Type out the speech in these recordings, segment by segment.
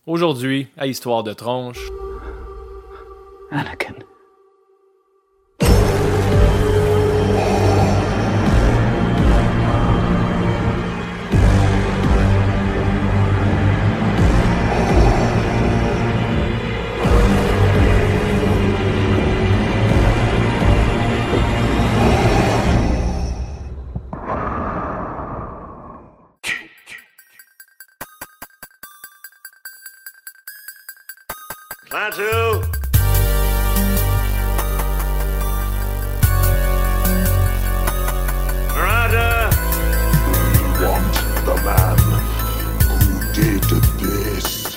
Aujourd'hui, à Histoire de tronche... Anakin. Plan two. Miranda. We want the man who did this.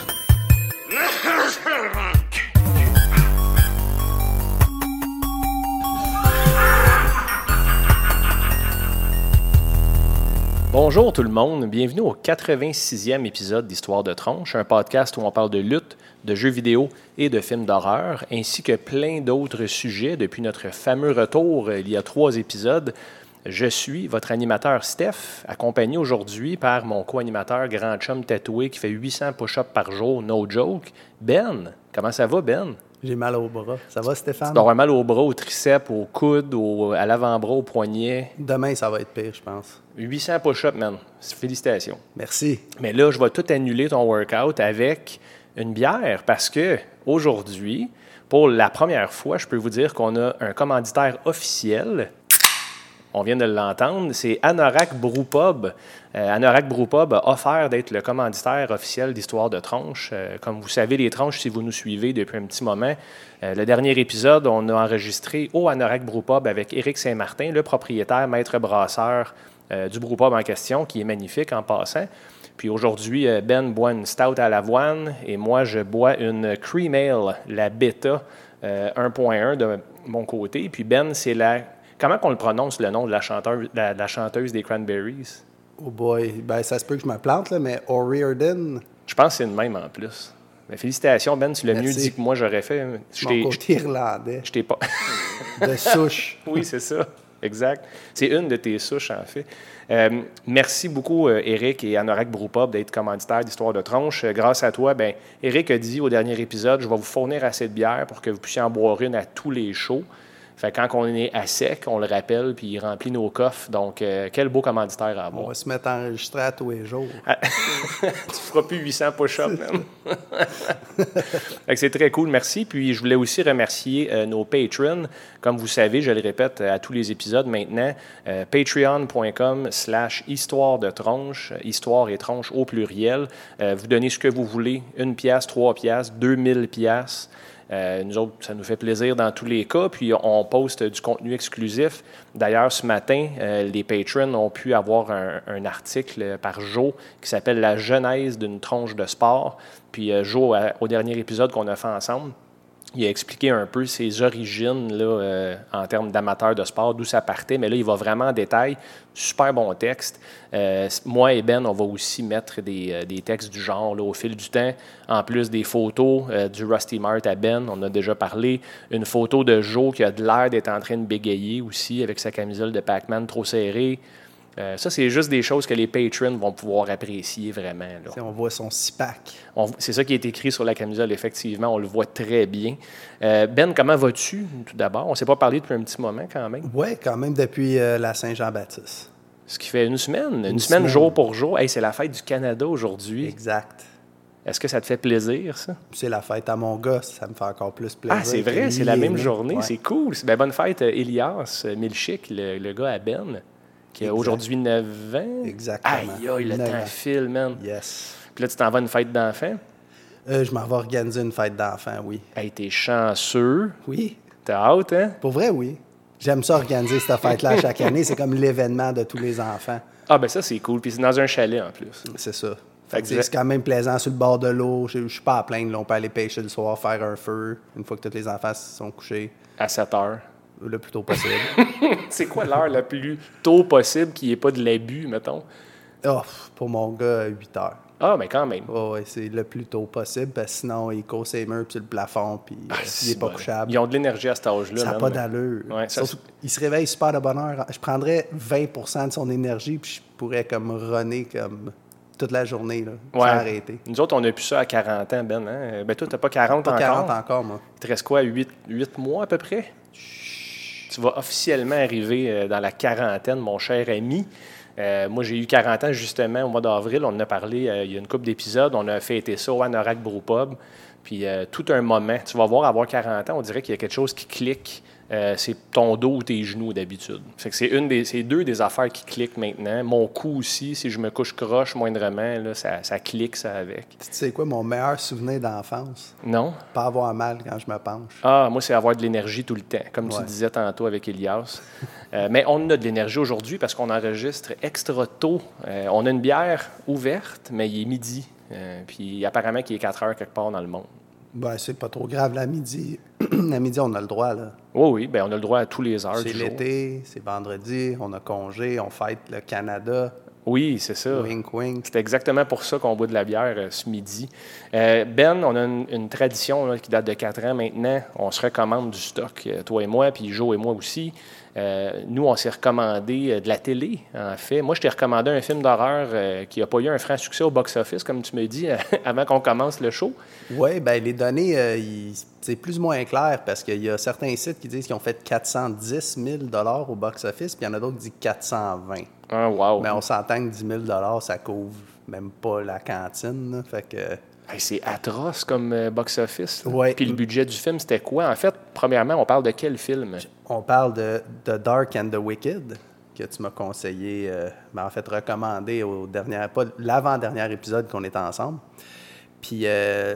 Bonjour tout le monde, bienvenue au 86e épisode d'Histoire de tronche, un podcast où on parle de lutte, de jeux vidéo et de films d'horreur, ainsi que plein d'autres sujets depuis notre fameux retour il y a 3 épisodes. Je suis votre animateur Steph, accompagné aujourd'hui par mon co-animateur grand chum tatoué qui fait 800 push-ups par jour, no joke. Ben, comment ça va Ben? J'ai mal au bras. Ça va, Stéphane? Tu dois avoir mal au bras, au triceps, au coude, à l'avant-bras, au poignet. Demain, ça va être pire, je pense. 800 push-ups, man. Félicitations. Merci. Mais là, je vais tout annuler ton workout avec une bière parce que aujourd'hui, pour la première fois, je peux vous dire qu'on a un commanditaire officiel. On vient de l'entendre, c'est Anorak Brewpub. Anorak Brewpub a offert d'être le commanditaire officiel d'Histoire de tronche. Comme vous savez, les tronches, si vous nous suivez depuis un petit moment, le dernier épisode, on a enregistré au Anorak Brewpub avec Éric Saint-Martin, le propriétaire, maître brasseur du brewpub en question, qui est magnifique en passant. Puis aujourd'hui, Ben boit une stout à l'avoine et moi, je bois une Cream Ale, la Beta 1.1 de mon côté. Puis Ben, c'est la... Comment qu'on le prononce, le nom de la chanteuse des Cranberries? Oh boy, ben ça se peut que je me plante, là, mais O'Riordan... Je pense que c'est le même en plus. Mais félicitations, Ben, tu l'as mieux dit que moi j'aurais fait. Mon côté irlandais. Je t'ai pas... De souche. Oui, c'est ça. Exact. C'est une de tes souches, en fait. Merci beaucoup, Éric et Anorak Brewpub, d'être commanditaires d'Histoire de tronche. Grâce à toi, ben, Éric a dit au dernier épisode, je vais vous fournir assez de bière pour que vous puissiez en boire une à tous les shows. Fait que quand on est à sec, on le rappelle, puis il remplit nos coffres. Donc, quel beau commanditaire à avoir. On va se mettre à enregistrer à tous les jours. Tu feras plus 800 push-ups, même. Fait que c'est très cool, merci. Puis, je voulais aussi remercier nos patrons. Comme vous savez, je le répète à tous les épisodes maintenant, patreon.com/histoire de tronche, histoire et tronche au pluriel. Vous donnez ce que vous voulez, 1 piastre, 3 piastres, 2000 piastres. Nous autres, ça nous fait plaisir dans tous les cas, puis on poste du contenu exclusif. D'ailleurs, ce matin, les patrons ont pu avoir un article par Joe qui s'appelle « La genèse d'une tronche de sport ». Puis Joe, au dernier épisode qu'on a fait ensemble, il a expliqué un peu ses origines là, en termes d'amateur de sport, d'où ça partait, mais là, il va vraiment en détail. Super bon texte. Moi et Ben, on va aussi mettre des textes du genre là, au fil du temps, en plus des photos du Rusty Mart à Ben, on a déjà parlé. Une photo de Joe qui a de l'air d'être en train de bégayer aussi avec sa camisole de Pac-Man trop serrée. Ça, c'est juste des choses que les patrons vont pouvoir apprécier vraiment. Là. On voit son six-pack. C'est ça qui est écrit sur la camisole, effectivement. On le voit très bien. Ben, comment vas-tu, tout d'abord? On ne s'est pas parlé depuis un petit moment, quand même. Oui, quand même, depuis la Saint-Jean-Baptiste. Ce qui fait une semaine. Une semaine jour pour jour. Hey, c'est la fête du Canada aujourd'hui. Exact. Est-ce que ça te fait plaisir, ça? C'est la fête à mon gars, ça me fait encore plus plaisir. Ah, c'est vrai, c'est la même journée. Ouais. C'est cool. Ben, bonne fête, Elias Milchick, le gars à Ben, qui a aujourd'hui 9 ans. Exactement. Aïe, aïe, le temps file, man. Yes. Puis là, tu t'en vas à une fête d'enfants? Je m'en vais organiser une fête d'enfants, oui. Hey, t'es chanceux. Oui. T'as hâte, hein? Pour vrai, oui. J'aime ça organiser cette fête-là chaque année. C'est comme l'événement de tous les enfants. Ah, ben ça, c'est cool. Puis c'est dans un chalet, en plus. C'est ça. Fait que c'est quand même plaisant sur le bord de l'eau. Je suis pas à plaindre. Là, on peut aller pêcher le soir, faire un feu, une fois que tous les enfants sont couchés. À 7 heures. Le plus tôt possible. C'est quoi l'heure la plus tôt possible qu'il n'y ait pas de l'abus, mettons? Oh, pour mon gars, 8 heures. Ah, mais quand même. Oh, ouais, c'est le plus tôt possible, parce que sinon, il cause ses murs sur le plafond, puis il n'est pas couchable. Ils ont de l'énergie à cet âge-là. Ça n'a pas d'allure. Ouais, Surtout, il se réveille super de bonne heure. Je prendrais 20% de son énergie, puis je pourrais comme runner comme toute la journée, là, Ouais. sans arrêter. Nous autres, on a pu ça à 40 ans, Ben. Hein? Ben, toi, tu n'as pas 40 Pas encore. 40 encore, moi. Il te reste quoi, 8 mois à peu près? Tu vas officiellement arriver dans la quarantaine, mon cher ami. Moi, j'ai eu 40 ans justement au mois d'avril. On en a parlé il y a une couple d'épisodes. On a fêté ça au Anorak Brewpub. Puis tout un moment, tu vas voir, avoir 40 ans, on dirait qu'il y a quelque chose qui clique. C'est ton dos ou tes genoux d'habitude. Fait que c'est deux des affaires qui cliquent maintenant. Mon cou aussi, si je me couche croche moindrement, là, ça clique ça avec. Tu sais quoi, mon meilleur souvenir d'enfance? Non? Pas avoir mal quand je me penche. Ah, moi, c'est avoir de l'énergie tout le temps, comme tu Ouais. disais tantôt avec Elias. Mais on a de l'énergie aujourd'hui parce qu'on enregistre extra tôt. On a une bière ouverte, mais il est midi. Puis apparemment qu'il est 4 heures quelque part dans le monde. Ben, c'est pas trop grave. La midi, la midi, on a le droit, là. Oui, bien, on a le droit à tous les heures C'est du jour. l'été, c'est vendredi, on a congé, on fête le Canada. Oui, c'est ça. Wink, wink. C'est exactement pour ça qu'on boit de la bière ce midi. Ben, on a une tradition là, qui date de 4 ans maintenant. On se recommande du stock, toi et moi, puis Joe et moi aussi. Nous, on s'est recommandé de la télé, en fait. Moi, je t'ai recommandé un film d'horreur qui n'a pas eu un franc succès au box-office, comme tu me dis, avant qu'on commence le show. Oui, bien, les données, c'est plus ou moins clair parce qu'il y a certains sites qui disent qu'ils ont fait 410 000 $ au box-office, puis il y en a d'autres qui disent 420. Ah, wow! Mais on s'entend que 10 000 $, ça couvre même pas la cantine, là. Fait que... Hey, c'est atroce comme box-office. Là. Ouais. Puis le budget du film, c'était quoi? En fait, premièrement, on parle de quel film? On parle de The Dark and the Wicked, que tu m'as conseillé, en fait, recommandé au dernier, pas l'avant-dernier épisode qu'on était ensemble. Puis,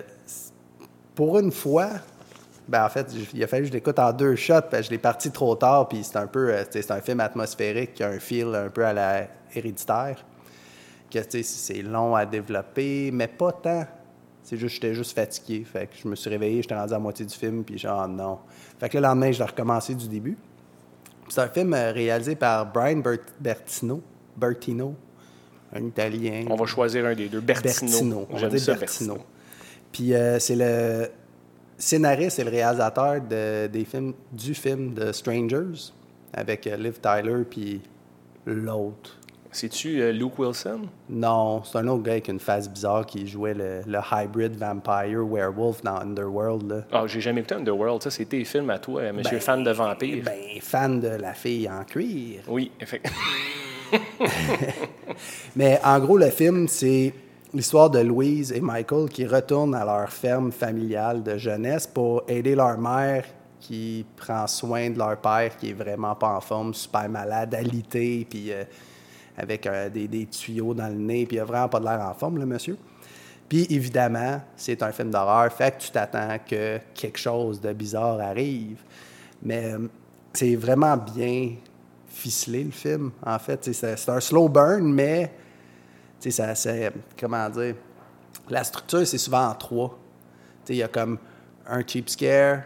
pour une fois, ben en fait, il a fallu que je l'écoute en 2 shots, parce que je l'ai parti trop tard, puis c'est un peu, c'est un film atmosphérique qui a un feel un peu à la Héréditaire, que c'est long à développer, mais pas tant. C'est juste, j'étais juste fatigué. Fait que je me suis réveillé, j'étais rendu à la moitié du film, puis genre, non. Fait que le lendemain, je l'ai recommencé du début. C'est un film réalisé par Brian Bertino, un Italien. On va choisir un des deux. Bertino. On va J'aime dire ça, Bertino. Puis c'est le scénariste et le réalisateur du film The Strangers, avec Liv Tyler, puis l'autre. C'est-tu Luke Wilson? Non, c'est un autre gars avec une face bizarre qui jouait le hybrid vampire werewolf dans Underworld. Là. Ah, j'ai jamais écouté Underworld. Ça, c'est tes films à toi, monsieur fan de vampires. Ben, fan de la fille en cuir. Oui, effectivement. Mais en gros, le film, c'est l'histoire de Louise et Michael qui retournent à leur ferme familiale de jeunesse pour aider leur mère qui prend soin de leur père qui est vraiment pas en forme, super malade, alité, puis avec des tuyaux dans le nez, puis il a vraiment pas de l'air en forme, le monsieur. Puis évidemment, c'est un film d'horreur, fait que tu t'attends que quelque chose de bizarre arrive. Mais c'est vraiment bien ficelé, le film, en fait. C'est un slow burn, mais c'est, comment dire, la structure, c'est souvent en 3. Il y a comme un cheap scare,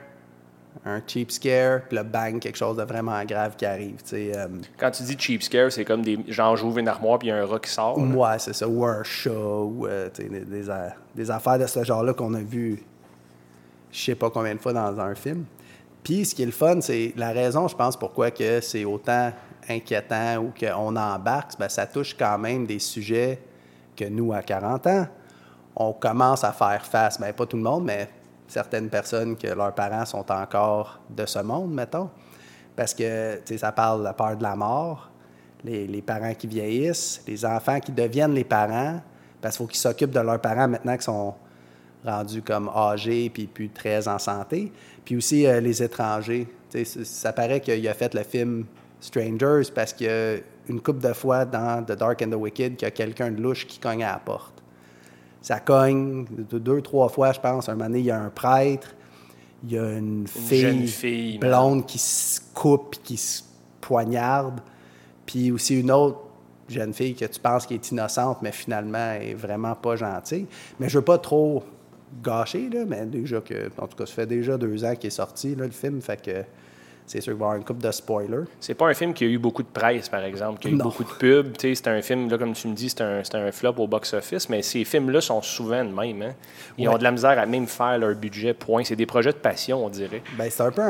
puis le bang, quelque chose de vraiment grave qui arrive. Quand tu dis cheap scare, c'est comme genre j'ouvre une armoire puis il y a un rat qui sort. Là. Ouais, c'est ça. Ou un chat, ou des affaires de ce genre-là qu'on a vu je sais pas combien de fois dans un film. Puis ce qui est le fun, c'est la raison, je pense, pourquoi que c'est autant inquiétant ou qu'on embarque, bien, ça touche quand même des sujets que nous, à 40 ans, on commence à faire face. Bien, pas tout le monde, mais certaines personnes que leurs parents sont encore de ce monde, mettons. Parce que, tu sais, ça parle de la peur de la mort, les parents qui vieillissent, les enfants qui deviennent les parents, parce qu'il faut qu'ils s'occupent de leurs parents maintenant qu'ils sont rendus comme âgés puis plus très en santé. Puis aussi les étrangers. Tu sais, ça paraît qu'il a fait le film Strangers parce qu'il y a une couple de fois dans The Dark and the Wicked qu'il y a quelqu'un de louche qui cogne à la porte. Ça cogne 2-3 fois, je pense. Un moment donné, il y a un prêtre, il y a une jeune fille blonde qui se coupe, qui se poignarde, puis aussi une autre jeune fille que tu penses qui est innocente, mais finalement, elle est vraiment pas gentille. Mais je veux pas trop gâcher, là, mais déjà que, en tout cas, ça fait déjà 2 ans qu'il est sorti, là, le film, fait que c'est sûr qu'il va y avoir une couple de spoilers. C'est pas un film qui a eu beaucoup de presse, par exemple, qui a eu beaucoup de pubs. C'est un film, là, comme tu me dis, c'est un flop au box-office, mais ces films-là sont souvent de même. Hein? Ils ont de la misère à même faire leur budget, point. C'est des projets de passion, on dirait. Bien, c'est un peu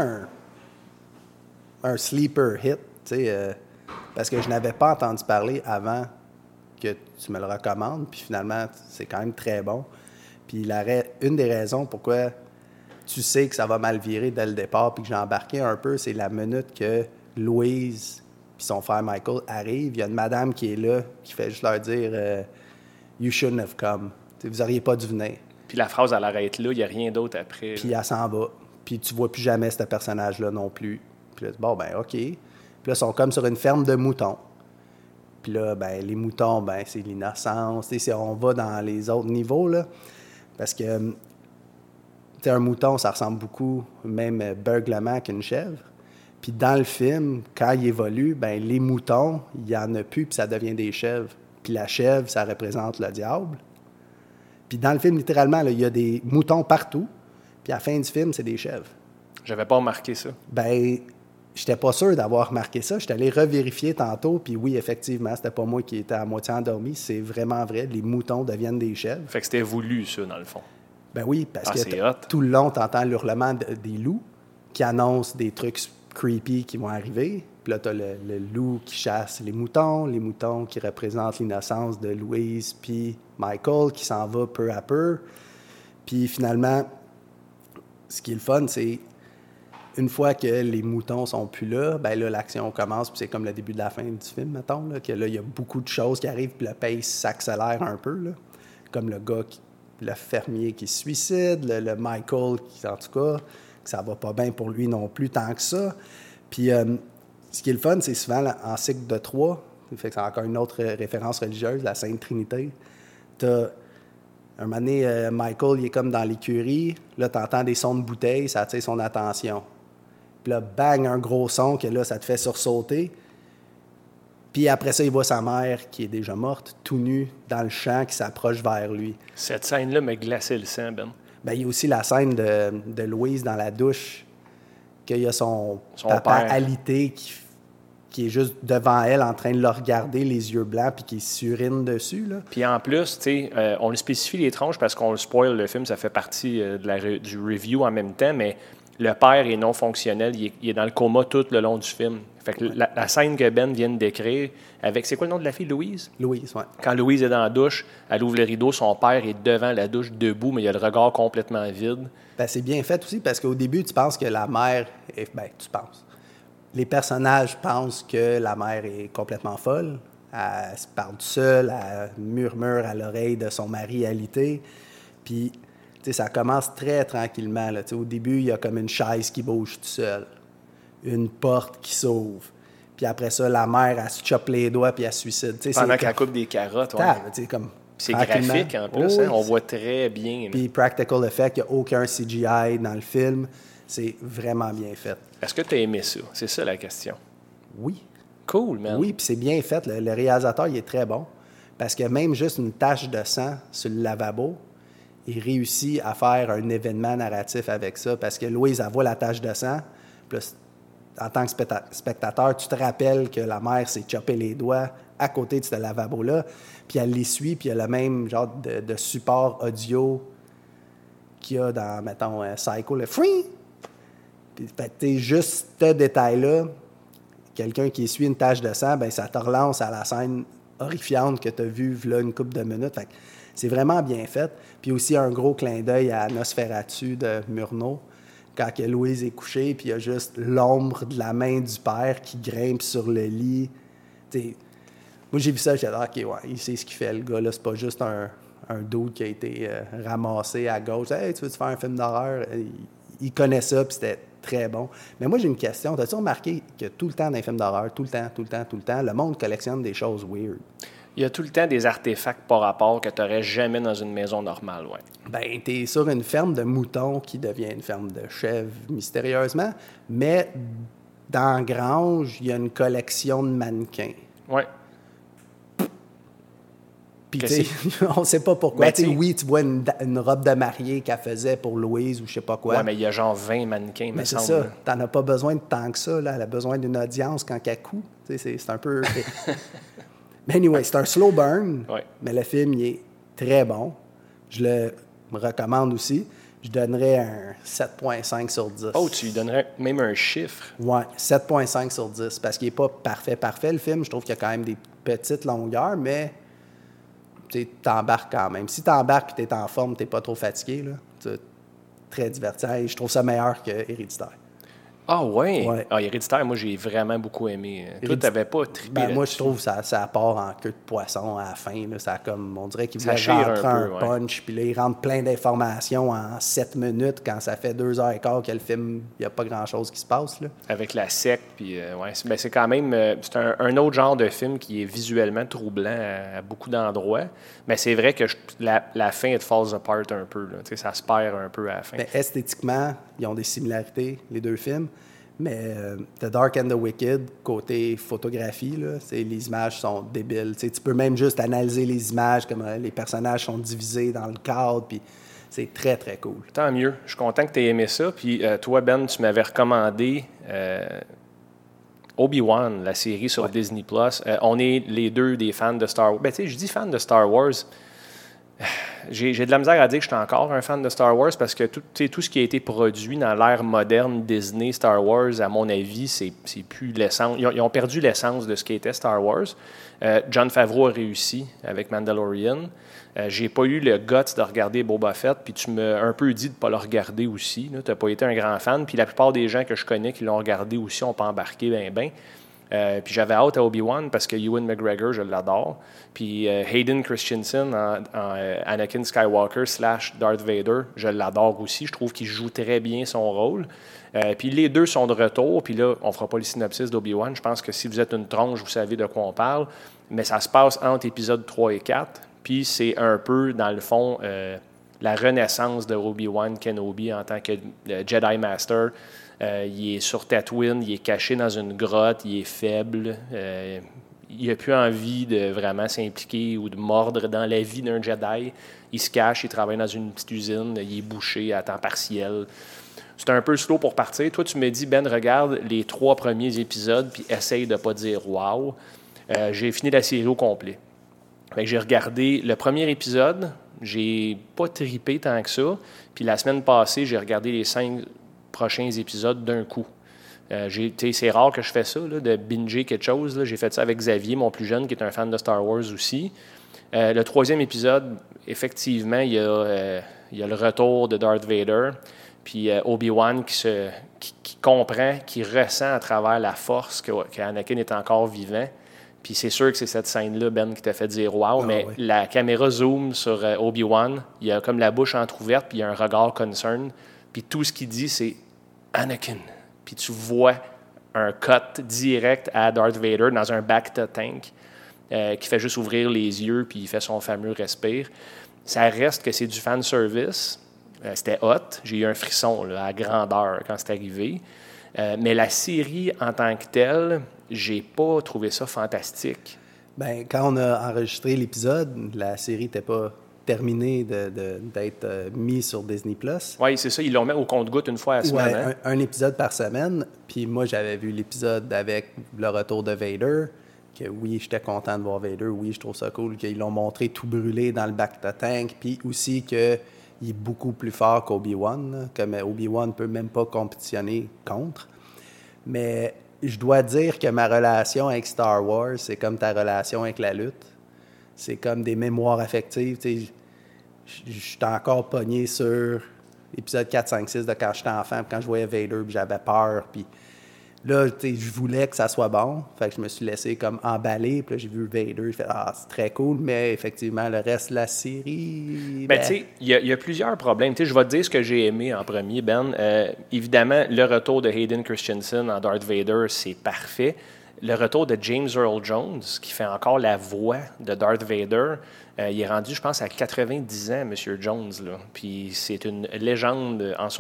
un sleeper hit, tu sais, parce que je n'avais pas entendu parler avant que tu me le recommandes, puis finalement, c'est quand même très bon. Puis une des raisons pourquoi tu sais que ça va mal virer dès le départ, puis que j'ai embarqué un peu, c'est la minute que Louise puis son frère Michael arrivent. Il y a une madame qui est là, qui fait juste leur dire « You shouldn't have come ». Vous n'auriez pas dû venir. Puis la phrase, elle arrête là, il n'y a rien d'autre après. Puis elle s'en va. Puis tu vois plus jamais ce personnage-là non plus. Puis là, bon, ben OK. Puis là, ils sont comme sur une ferme de moutons. Puis là, ben les moutons, ben c'est l'innocence. On va dans les autres niveaux, là. Parce que, un mouton, ça ressemble beaucoup, même beuglement, qu'une chèvre. Puis dans le film, quand il évolue, ben les moutons, il n'y en a plus, puis ça devient des chèvres. Puis la chèvre, ça représente le diable. Puis dans le film, littéralement, il y a des moutons partout. Puis à la fin du film, c'est des chèvres. J'avais pas remarqué ça. Ben, j'étais pas sûr d'avoir remarqué ça. J'étais allé revérifier tantôt, puis oui, effectivement, c'était pas moi qui étais à moitié endormi. C'est vraiment vrai. Les moutons deviennent des chèvres. Fait que c'était voulu, ça, dans le fond. Ben oui, parce que c'est hot. tout le long, t'entends l'hurlement des loups qui annoncent des trucs creepy qui vont arriver. Puis là, t'as le loup qui chasse les moutons qui représentent l'innocence de Louise puis Michael qui s'en va peu à peu. Puis finalement, ce qui est le fun, c'est une fois que les moutons sont plus là, ben là, l'action commence, puis c'est comme le début de la fin du film, mettons, là, que là, il y a beaucoup de choses qui arrivent, puis le pace s'accélère un peu, là. Comme le fermier qui se suicide, le Michael qui, en tout cas, que ça va pas bien pour lui non plus tant que ça. Puis ce qui est le fun, c'est souvent en cycle de 3, fait que c'est encore une autre référence religieuse, la Sainte Trinité. T'as un moment donné, Michael, il est comme dans l'écurie. Là, tu entends des sons de bouteilles, ça attire son attention. Puis là, bang, un gros son que là, ça te fait sursauter. Puis après ça, il voit sa mère, qui est déjà morte, tout nue, dans le champ, qui s'approche vers lui. Cette scène-là me glaçait le sang, Ben. Ben, il y a aussi la scène de Louise dans la douche, qu'il y a son papa père alité qui est juste devant elle en train de le regarder, les yeux blancs, puis qui surine dessus, là. Puis en plus, tu sais, on le spécifie les tranches parce qu'on le spoil le film, ça fait partie du review en même temps, mais le père est non fonctionnel, il est dans le coma tout le long du film. Fait que la scène que Ben vient de décrire, avec, c'est quoi le nom de la fille, Louise? Louise, oui. Quand Louise est dans la douche, elle ouvre le rideau, son père est devant la douche, debout, mais il a le regard complètement vide. Ben, c'est bien fait aussi, parce qu'au début, tu penses que la mère... tu penses. Les personnages pensent que la mère est complètement folle. Elle se parle seule, elle murmure à l'oreille de son mari alité. Puis, tu sais, ça commence très tranquillement, là. Tu sais, au début, il y a comme une chaise qui bouge tout seul, une porte qui s'ouvre. Puis après ça, la mère, elle se chope les doigts puis elle se suicide. Tu sais, pendant qu'elle coupe des carottes, ouais. Tu sais, comme... C'est graphique en plus, hein? On voit très bien. Puis practical effect, il n'y a aucun CGI dans le film. C'est vraiment bien fait. Est-ce que tu as aimé ça? C'est ça la question. Oui. Cool, man. Oui, puis c'est bien fait. Le réalisateur, il est très bon. Parce que même juste une tache de sang sur le lavabo, il réussit à faire un événement narratif avec ça. Parce que Louise, elle voit la tache de sang. Puis en tant que spectateur, tu te rappelles que la mère s'est chopé les doigts à côté de ce lavabo-là. Puis elle les suit, puis il y a le même genre de support audio qu'il y a dans, mettons, Psycho, le « free ». Puis, juste ce détail-là, quelqu'un qui suit une tache de sang, ben ça te relance à la scène horrifiante que tu as vue là une couple de minutes. Fait que c'est vraiment bien fait. Puis aussi un gros clin d'œil à Nosferatu de Murnau, quand que Louise est couchée, puis il y a juste l'ombre de la main du père qui grimpe sur le lit. T'sais, moi, j'ai vu ça, j'ai dit, OK, ouais, il sait ce qu'il fait, le gars, là. C'est pas juste un dude qui a été ramassé à gauche. Hey, tu veux-tu faire un film d'horreur? Il connaît ça, puis c'était très bon. Mais moi, j'ai une question. T'as-tu remarqué que tout le temps dans les films d'horreur, tout le temps, le monde collectionne des choses weird? Il y a tout le temps des artefacts par rapport que tu n'aurais jamais dans une maison normale, ouais. Ben, t'es sur une ferme de moutons qui devient une ferme de chèvres mystérieusement, mais dans la grange, il y a une collection de mannequins. Ouais. Puis, tu sais, on ne sait pas pourquoi. Ben, oui, tu vois une robe de mariée qu'elle faisait pour Louise ou je sais pas quoi. Ouais, mais il y a genre 20 mannequins, mais c'est ça. T'en as pas besoin de tant que ça, là. Elle a besoin d'une audience quand elle coud. Tu sais, c'est un peu... Mais anyway, c'est un slow burn, ouais. Mais le film, il est très bon. Je le recommande aussi. Je donnerais un 7,5 sur 10. Oh, tu lui donnerais même un chiffre? Ouais, 7,5 sur 10, parce qu'il n'est pas parfait, le film. Je trouve qu'il y a quand même des petites longueurs, mais tu t'embarques quand même. Si t'embarques et t'es en forme, t'es pas trop fatigué, là, c'est très divertissant. Et je trouve ça meilleur que Héréditaire. Ah ouais? Ouais. Ah, Héréditaire, moi, j'ai vraiment beaucoup aimé. Toi, t'avais pas trippé Ben, moi, je là-dessus. trouve que ça part en queue de poisson à la fin. Là, ça comme, on dirait qu'il Ça voulait chire rentrer un un peu, ouais. punch, puis là, il rentre plein d'informations en 7 minutes quand ça fait 2h15 que le film, il n'y a pas grand-chose qui se passe. Là. Avec la secte, puis ouais, c'est quand même c'est un autre genre de film qui est visuellement troublant à beaucoup d'endroits, mais c'est vrai que la fin, it falls apart un peu, là. Tu sais, ça se perd un peu à la fin. Mais esthétiquement, ils ont des similarités, les deux films, mais The Dark and the Wicked, côté photographie, là, les images sont débiles. Tu peux même juste analyser les images, comme les personnages sont divisés dans le cadre, puis c'est très, très cool. Tant mieux. Je suis content que tu aies aimé ça. Puis toi, Ben, tu m'avais recommandé Obi-Wan, la série sur Disney+. On est les deux des fans de Star Wars. Ben, tu sais, je dis fan de Star Wars. J'ai de la misère à dire que je suis encore un fan de Star Wars parce que tout ce qui a été produit dans l'ère moderne Disney, Star Wars, à mon avis, c'est plus l'essence. Ils ont perdu l'essence de ce qui était Star Wars. Jon Favreau a réussi avec Mandalorian. J'ai pas eu le guts de regarder Boba Fett, puis tu m'as un peu dit de ne pas le regarder aussi. Tu n'as pas été un grand fan, puis la plupart des gens que je connais qui l'ont regardé aussi n'ont pas embarqué bien. Puis j'avais hâte à Obi-Wan parce que Ewan McGregor, je l'adore. Puis Hayden Christensen en Anakin Skywalker / Darth Vader, je l'adore aussi. Je trouve qu'il joue très bien son rôle. Puis les deux sont de retour. Puis là, on ne fera pas le synopsis d'Obi-Wan. Je pense que si vous êtes une tronche, vous savez de quoi on parle. Mais ça se passe entre épisodes 3 et 4. Puis c'est un peu, dans le fond, la renaissance de Obi-Wan Kenobi en tant que Jedi Master. Il est sur Tatooine, il est caché dans une grotte, il est faible. Il n'a plus envie de vraiment s'impliquer ou de mordre dans la vie d'un Jedi. Il se cache, il travaille dans une petite usine, il est bouché à temps partiel. C'est un peu slow pour partir. Toi, tu me dis, Ben, regarde les 3 premiers épisodes puis essaye de ne pas dire « wow ». J'ai fini la série au complet. J'ai regardé le premier épisode, j'ai pas trippé tant que ça. Puis la semaine passée, j'ai regardé les 5 prochains épisodes d'un coup. C'est rare que je fais ça, là, de binger quelque chose. Là. J'ai fait ça avec Xavier, mon plus jeune, qui est un fan de Star Wars aussi. Le 3e épisode, effectivement, il y a le retour de Darth Vader, puis Obi-Wan qui comprend, qui ressent à travers la force qu'Anakin est encore vivant. Puis c'est sûr que c'est cette scène-là, Ben, qui t'a fait dire « wow », mais oui. La caméra zoom sur Obi-Wan, il a comme la bouche entrouverte, puis il y a un regard concern, puis tout ce qu'il dit, c'est « Anakin ». Puis tu vois un cut direct à Darth Vader dans un Bacta tank qui fait juste ouvrir les yeux, puis il fait son fameux respire. Ça reste que c'est du fan service. C'était hot. J'ai eu un frisson là, à grandeur quand c'est arrivé. Mais la série en tant que telle, j'ai pas trouvé ça fantastique. Bien, quand on a enregistré l'épisode, la série n'était pas terminée d'être mise sur Disney+. Oui, c'est ça. Ils l'ont mis au compte-gouttes une fois à la semaine. Ouais, un épisode par semaine. Puis moi, j'avais vu l'épisode avec le retour de Vader, que oui, j'étais content de voir Vader. Oui, je trouve ça cool qu'ils l'ont montré tout brûlé dans le Bacta tank. Puis aussi qu'il est beaucoup plus fort qu'Obi-Wan. Comme Obi-Wan ne peut même pas compétitionner contre. Mais je dois dire que ma relation avec Star Wars, c'est comme ta relation avec la lutte. C'est comme des mémoires affectives. Je suis encore pogné sur l'épisode 4, 5, 6 de quand j'étais enfant, puis quand je voyais Vader, puis j'avais peur. Puis là, je voulais que ça soit bon. Fait que je me suis laissé comme emballer. Puis là, j'ai vu Vader. J'ai fait « Ah, c'est très cool. » Mais effectivement, le reste de la série... Ben, tu sais, il y a plusieurs problèmes. Tu sais, je vais te dire ce que j'ai aimé en premier, Ben. Évidemment, le retour de Hayden Christensen en Darth Vader, c'est parfait. Le retour de James Earl Jones, qui fait encore la voix de Darth Vader, il est rendu, je pense, à 90 ans, M. Jones. Là. Puis c'est une légende en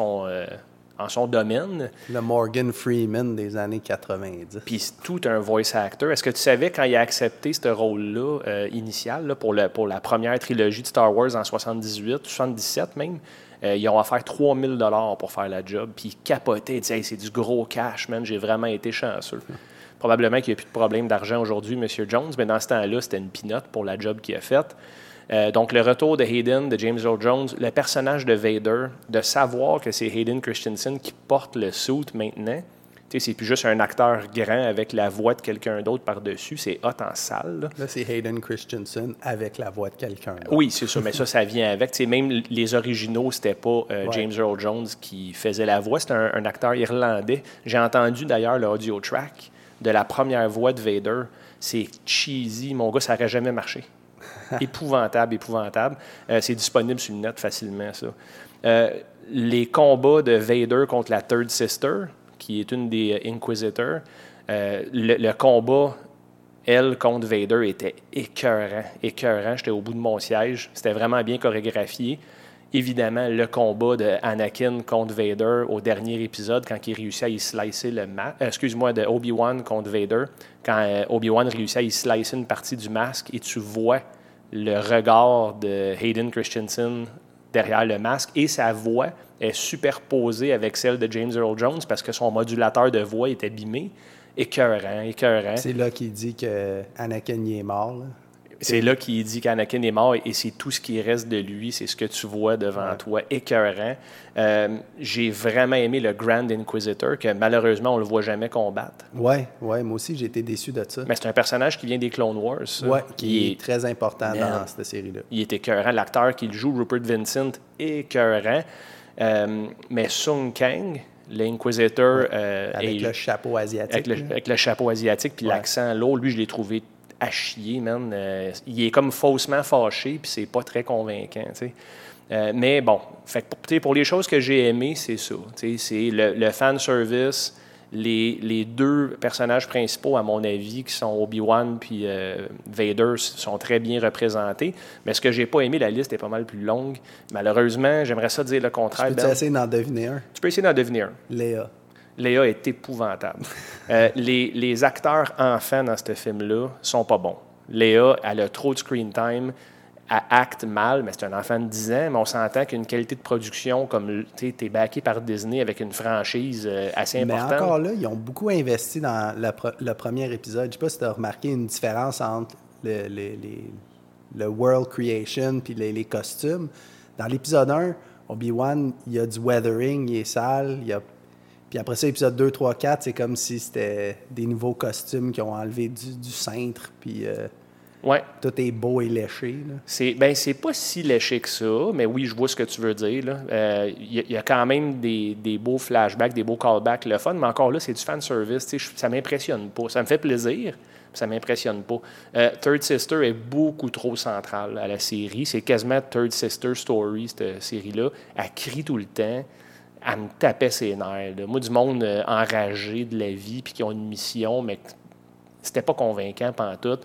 son domaine. Le Morgan Freeman des années 90. Puis c'est tout un voice actor. Est-ce que tu savais, quand il a accepté ce rôle-là initial, là, pour la première trilogie de Star Wars en 78, 77 même, ils ont offert 3 000 $ pour faire la job. Puis il capotait, il disait hey, « c'est du gros cash, man, j'ai vraiment été chanceux ». Probablement qu'il n'y a plus de problème d'argent aujourd'hui, M. Jones, mais dans ce temps-là, c'était une pinotte pour la job qu'il a faite. Donc, le retour de Hayden, de James Earl Jones, le personnage de Vader, de savoir que c'est Hayden Christensen qui porte le suit maintenant. c'est plus juste un acteur grand avec la voix de quelqu'un d'autre par-dessus. C'est hot en salle. Là, c'est Hayden Christensen avec la voix de quelqu'un d'autre. Oui, c'est ça, mais ça vient avec. T'sais, même les originaux, c'était pas James Earl Jones qui faisait la voix, c'était un acteur irlandais. J'ai entendu d'ailleurs le audio track de la première voix de Vader. C'est cheesy, mon gars, ça n'aurait jamais marché. Épouvantable. C'est disponible sur le net facilement, ça. Les combats de Vader contre la Third Sister, qui est une des Inquisitors, le combat, elle, contre Vader, était écœurant. J'étais au bout de mon siège. C'était vraiment bien chorégraphié. Évidemment, le combat de Anakin contre Vader au dernier épisode, quand il réussit à y slicer de Obi-Wan contre Vader, quand Obi-Wan réussit à y slicer une partie du masque et tu vois le regard de Hayden Christensen derrière le masque et sa voix est superposée avec celle de James Earl Jones parce que son modulateur de voix est abîmé. Écœurant. C'est là qu'il dit que Anakin il est mort. Là. C'est là qu'il dit qu'Anakin est mort et c'est tout ce qui reste de lui, c'est ce que tu vois devant toi, écœurant. J'ai vraiment aimé le Grand Inquisitor, que malheureusement, on ne le voit jamais combattre. Ouais, moi aussi, j'ai été déçu de ça. Mais c'est un personnage qui vient des Clone Wars. Oui, qui est très important dans cette série-là. Il est écœurant. L'acteur qui le joue, Rupert Vincent, écœurant. Mais Sung Kang, l'Inquisitor... avec le chapeau asiatique. Avec le chapeau asiatique, puis l'accent lourd, lui, je l'ai trouvé à chier, man. Il est comme faussement fâché, puis c'est pas très convaincant, tu sais. Mais bon, fait que pour les choses que j'ai aimées, c'est ça. C'est le fan service, les deux personnages principaux, à mon avis, qui sont Obi-Wan puis Vader, sont très bien représentés. Mais ce que j'ai pas aimé, la liste est pas mal plus longue. Malheureusement, j'aimerais ça dire le contraire. Tu peux essayer d'en deviner un? Tu peux essayer d'en deviner un. Léa est épouvantable. Les acteurs enfants dans ce film-là sont pas bons. Léa, elle a trop de screen time, elle acte mal, mais c'est un enfant de 10 ans, mais on s'entend qu'une qualité de production comme, tu sais, t'es backé par Disney avec une franchise assez importante. Mais encore là, ils ont beaucoup investi dans le premier épisode. Je sais pas si tu as remarqué une différence entre le world creation puis les costumes. Dans l'épisode 1, Obi-Wan, il y a du weathering, il est sale, Puis après ça, épisode 2, 3, 4, c'est comme si c'était des nouveaux costumes qui ont enlevé du cintre, puis tout est beau et léché. Là. C'est pas si léché que ça, mais oui, je vois ce que tu veux dire. Il y a quand même des beaux flashbacks, des beaux callbacks, le fun, mais encore là, c'est du fanservice. Ça m'impressionne pas. Ça me fait plaisir, mais ça m'impressionne pas. Third Sister est beaucoup trop centrale à la série. C'est quasiment Third Sister Story, cette série-là. Elle crie tout le temps. Elle me tapait ses nerfs. Là. Moi, du monde enragé de la vie puis qui ont une mission, mais c'était pas convaincant pantoute.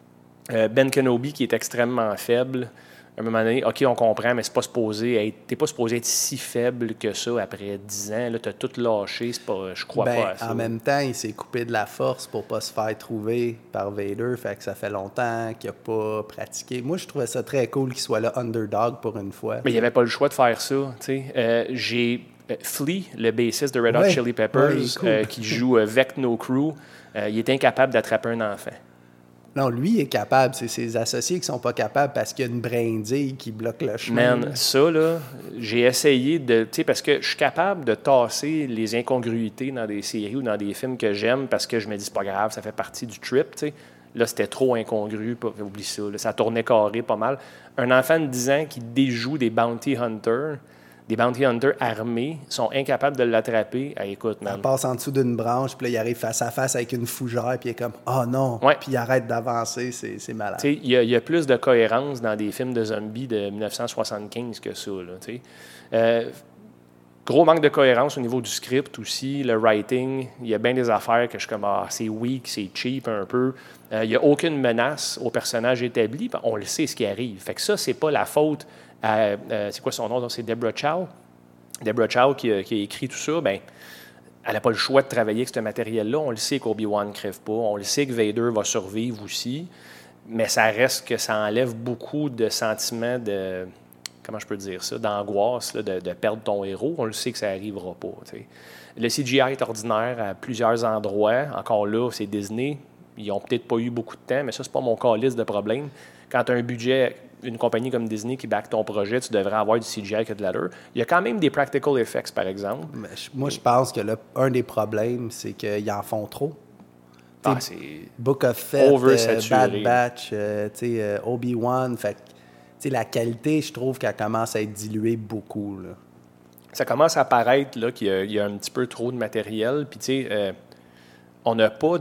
Ben Kenobi, qui est extrêmement faible. À un moment donné, OK, on comprend, mais t'es pas supposé être si faible que ça après 10 ans. Là, t'as tout lâché. Je crois pas à ça. En même temps, il s'est coupé de la force pour pas se faire trouver par Vader. Fait que ça fait longtemps qu'il a pas pratiqué. Moi, je trouvais ça très cool qu'il soit là underdog pour une fois. Mais il n'y avait pas le choix de faire ça. J'ai... Flea, le bassiste de Red Hot Chili Peppers, cool. Qui joue Vecno Crew, il est incapable d'attraper un enfant. Non, lui, il est capable. C'est ses associés qui sont pas capables parce qu'il y a une brindille qui bloque le chemin. Man, ça, là, j'ai essayé de... Tu sais, parce que je suis capable de tasser les incongruités dans des séries ou dans des films que j'aime parce que je me dis, c'est pas grave, ça fait partie du trip, tu sais. Là, c'était trop incongru, oublie ça. Là, ça tournait carré pas mal. Un enfant de 10 ans qui déjoue des bounty hunters... Des bounty hunters armés sont incapables de l'attraper. Ah, écoute, man. Il passe en dessous d'une branche, puis là, il arrive face à face avec une fougère, puis il est comme « Oh non! Ouais. » Puis il arrête d'avancer, c'est malade. Tu sais, il y a plus de cohérence dans des films de zombies de 1975 que ça, là, gros manque de cohérence au niveau du script aussi, le writing. Il y a bien des affaires que je suis comme « Ah, c'est weak, c'est cheap un peu. » Il n'y a aucune menace au personnage établi. On le sait ce qui arrive. Fait que ça, c'est pas la faute... c'est quoi son nom? Donc, c'est Deborah Chow. Deborah Chow qui a écrit tout ça. Ben, elle n'a pas le choix de travailler avec ce matériel-là. On le sait qu'Obi-Wan ne crève pas. On le sait que Vader va survivre aussi. Mais ça reste que ça enlève beaucoup de sentiments de... Comment je peux dire ça? D'angoisse, là, de perdre ton héros. On le sait que ça n'arrivera pas. T'sais. Le CGI est ordinaire à plusieurs endroits. Encore là, c'est Disney. Ils n'ont peut-être pas eu beaucoup de temps, mais ça, c'est pas mon calice de problème. Quand tu as un budget une compagnie comme Disney qui back ton projet, tu devrais avoir du CGI qui a de l'allure. Il y a quand même des practical effects, par exemple. Mais moi, je pense que un des problèmes, c'est qu'ils en font trop. C'est Book of Fett, oversaturé. Bad Batch, Obi-Wan. Fait que, la qualité, je trouve qu'elle commence à être diluée beaucoup. Là. Ça commence à paraître là, qu'il y a un petit peu trop de matériel. Puis, tu sais, on n'a pas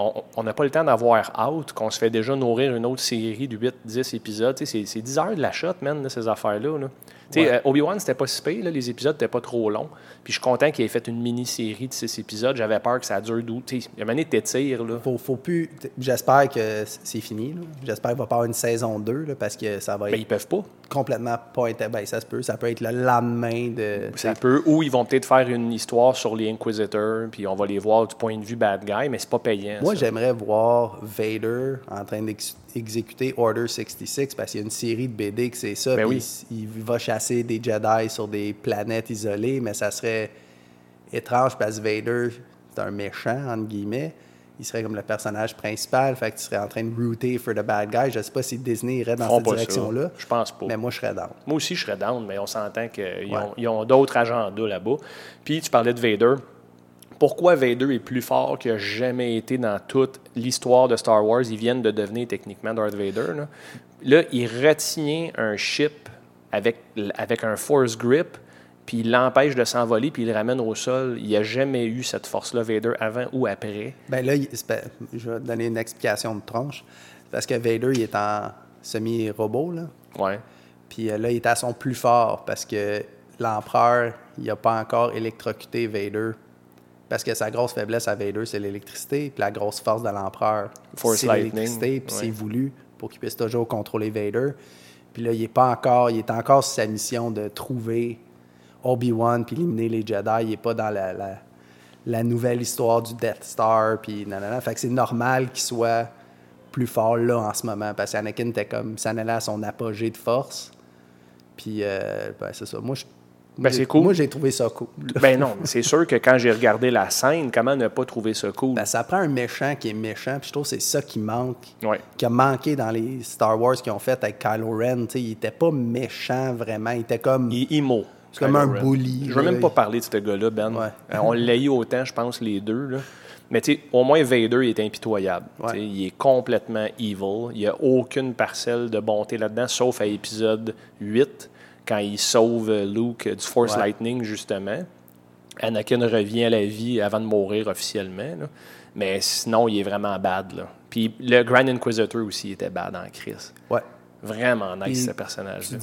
le temps d'avoir out, qu'on se fait déjà nourrir une autre série de 8-10 épisodes. Tu sais, c'est 10 heures de la shot, man, là, ces affaires-là. Là. Tu sais, Obi-Wan, c'était pas si pire, là, les épisodes n'étaient pas trop longs. Puis je suis content qu'il ait fait une mini-série de 6 épisodes. J'avais peur que ça dure 12. Tu sais, il y a une manière de t'étirer, là. Faut plus... J'espère que c'est fini. Là. J'espère qu'il va pas avoir une saison 2, là, parce que ça va être... Ben, ils peuvent pas. Complètement pas... Ben, ça se peut. Ça peut être le lendemain de... Ça peut. Ou ils vont peut-être faire une histoire sur les Inquisitors, puis on va les voir du point de vue bad guy, mais c'est pas payant. Moi, ça. j'aimerais voir Vader en train d'exécuter Order 66, parce qu'il y a une série de BD que c'est ça. Ben puis oui. il va chasser des Jedi sur des planètes isolées, mais ça serait étrange parce que Vader, c'est un méchant, entre guillemets. Il serait comme le personnage principal, fait que tu serais en train de rooter for the bad guy. Je sais pas si Disney irait dans cette direction-là. Je pense pas. Mais moi, je serais down. Moi aussi, je serais down, mais on s'entend qu'ils ont d'autres agendas là-bas. Puis, tu parlais de Vader. Pourquoi Vader est plus fort qu'il n'a jamais été dans toute l'histoire de Star Wars? Ils viennent de devenir techniquement Darth Vader. Là il retient un ship avec un force grip, puis il l'empêche de s'envoler, puis il le ramène au sol. Il n'y a jamais eu cette force-là, Vader, avant ou après. Ben là, je vais te donner une explication de tronche. Parce que Vader, il est en semi-robot, là. Ouais. Puis là, il est à son plus fort parce que l'Empereur, il n'a pas encore électrocuté Vader. Parce que sa grosse faiblesse à Vader, c'est l'électricité. Puis la grosse force de l'Empereur, Force c'est lightning. l'électricité. Puis Ouais. c'est voulu pour qu'il puisse toujours contrôler Vader. Puis là, il est encore sur sa mission de trouver Obi-Wan puis éliminer les Jedi. Il n'est pas dans la nouvelle histoire du Death Star. Puis nanana. Fait que c'est normal qu'il soit plus fort là en ce moment. Parce qu'Anakin était comme, s'en allait à son apogée de force. Puis, c'est ça. C'est cool. Moi, j'ai trouvé ça cool. Ben non, c'est sûr que quand j'ai regardé la scène, comment ne pas trouver ça cool? Ben, ça prend un méchant qui est méchant, puis je trouve que c'est ça qui manque, Ouais. qui a manqué dans les Star Wars qu'ils ont fait avec Kylo Ren. T'sais, il était pas méchant vraiment, il était comme... Il est emo. C'est comme un bully. Je veux là. même pas parler de ce gars-là, Ben. Ouais. On l'a eu autant, je pense, les deux. Là. Mais tu sais, au moins Vader, il est impitoyable. Ouais. T'sais, il est complètement evil. Il n'y a aucune parcelle de bonté là-dedans, sauf à épisode 8, quand il sauve Luke du Force Ouais. Lightning, justement. Anakin revient à la vie avant de mourir officiellement. Là. Mais sinon, il est vraiment bad. Là. Puis le Grand Inquisitor aussi était bad en crise. Ouais. Vraiment nice, Puis, ce personnage-là.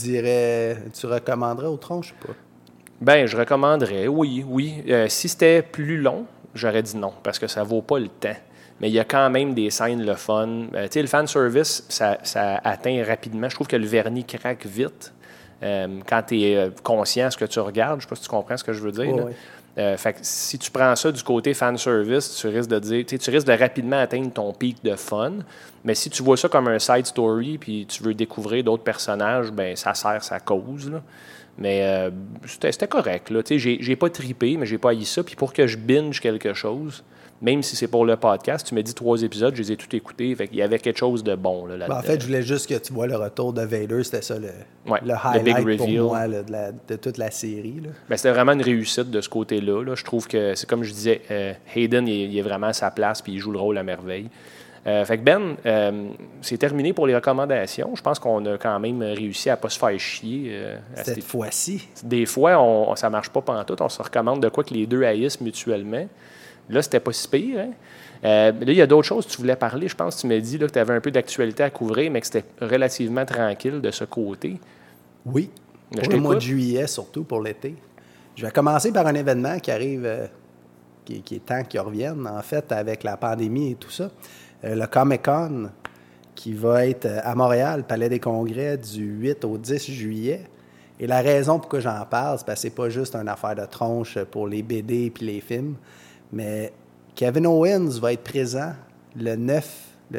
Tu recommanderais aux tronches ou pas? Ben, je recommanderais, oui. Si c'était plus long, j'aurais dit non, parce que ça vaut pas le temps. Mais il y a quand même des scènes le fun. Tu sais, le fanservice, ça atteint rapidement. Je trouve que le vernis craque vite quand tu es conscient de ce que tu regardes. Je sais pas si tu comprends ce que je veux dire. Ouais, là. ouais. Fait que si tu prends ça du côté fanservice, tu risques de rapidement atteindre ton pic de fun. Mais si tu vois ça comme un side story puis tu veux découvrir d'autres personnages, ben ça sert sa cause. Là. Mais c'était correct. Là. J'ai pas trippé, mais j'ai pas haï ça. Puis pour que je binge quelque chose, même si c'est pour le podcast, tu m'as dit 3 épisodes, je les ai tous écoutés. Fait qu'il y avait quelque chose de bon là, là-dedans. Ben, en fait, je voulais juste que tu vois le retour de Vader. C'était ça le big highlight pour reveal. moi là, de toute la série. Là. Ben, c'était vraiment une réussite de ce côté-là. Là. Je trouve que c'est comme je disais, Hayden, il est vraiment à sa place puis il joue le rôle à merveille. Fait que Ben, c'est terminé pour les recommandations. Je pense qu'on a quand même réussi à ne pas se faire chier. Cette fois-ci. Des fois, ça ne marche pas pantoute. On se recommande de quoi que les deux haïssent mutuellement. Là, c'était pas si pire. Hein? Là, il y a d'autres choses que tu voulais parler. Je pense que tu m'as dit là, que tu avais un peu d'actualité à couvrir, mais que c'était relativement tranquille de ce côté. Oui. Mais Pour le mois de juillet, surtout pour l'été. Je vais commencer par un événement qui arrive, qui est temps qu'il revienne, en fait, avec la pandémie et tout ça. Le Comic-Con, qui va être à Montréal, Palais des Congrès, du 8 au 10 juillet. Et la raison pourquoi j'en parle, c'est parce que c'est pas juste une affaire de tronche pour les BD et les films, mais Kevin Owens va être présent le 9,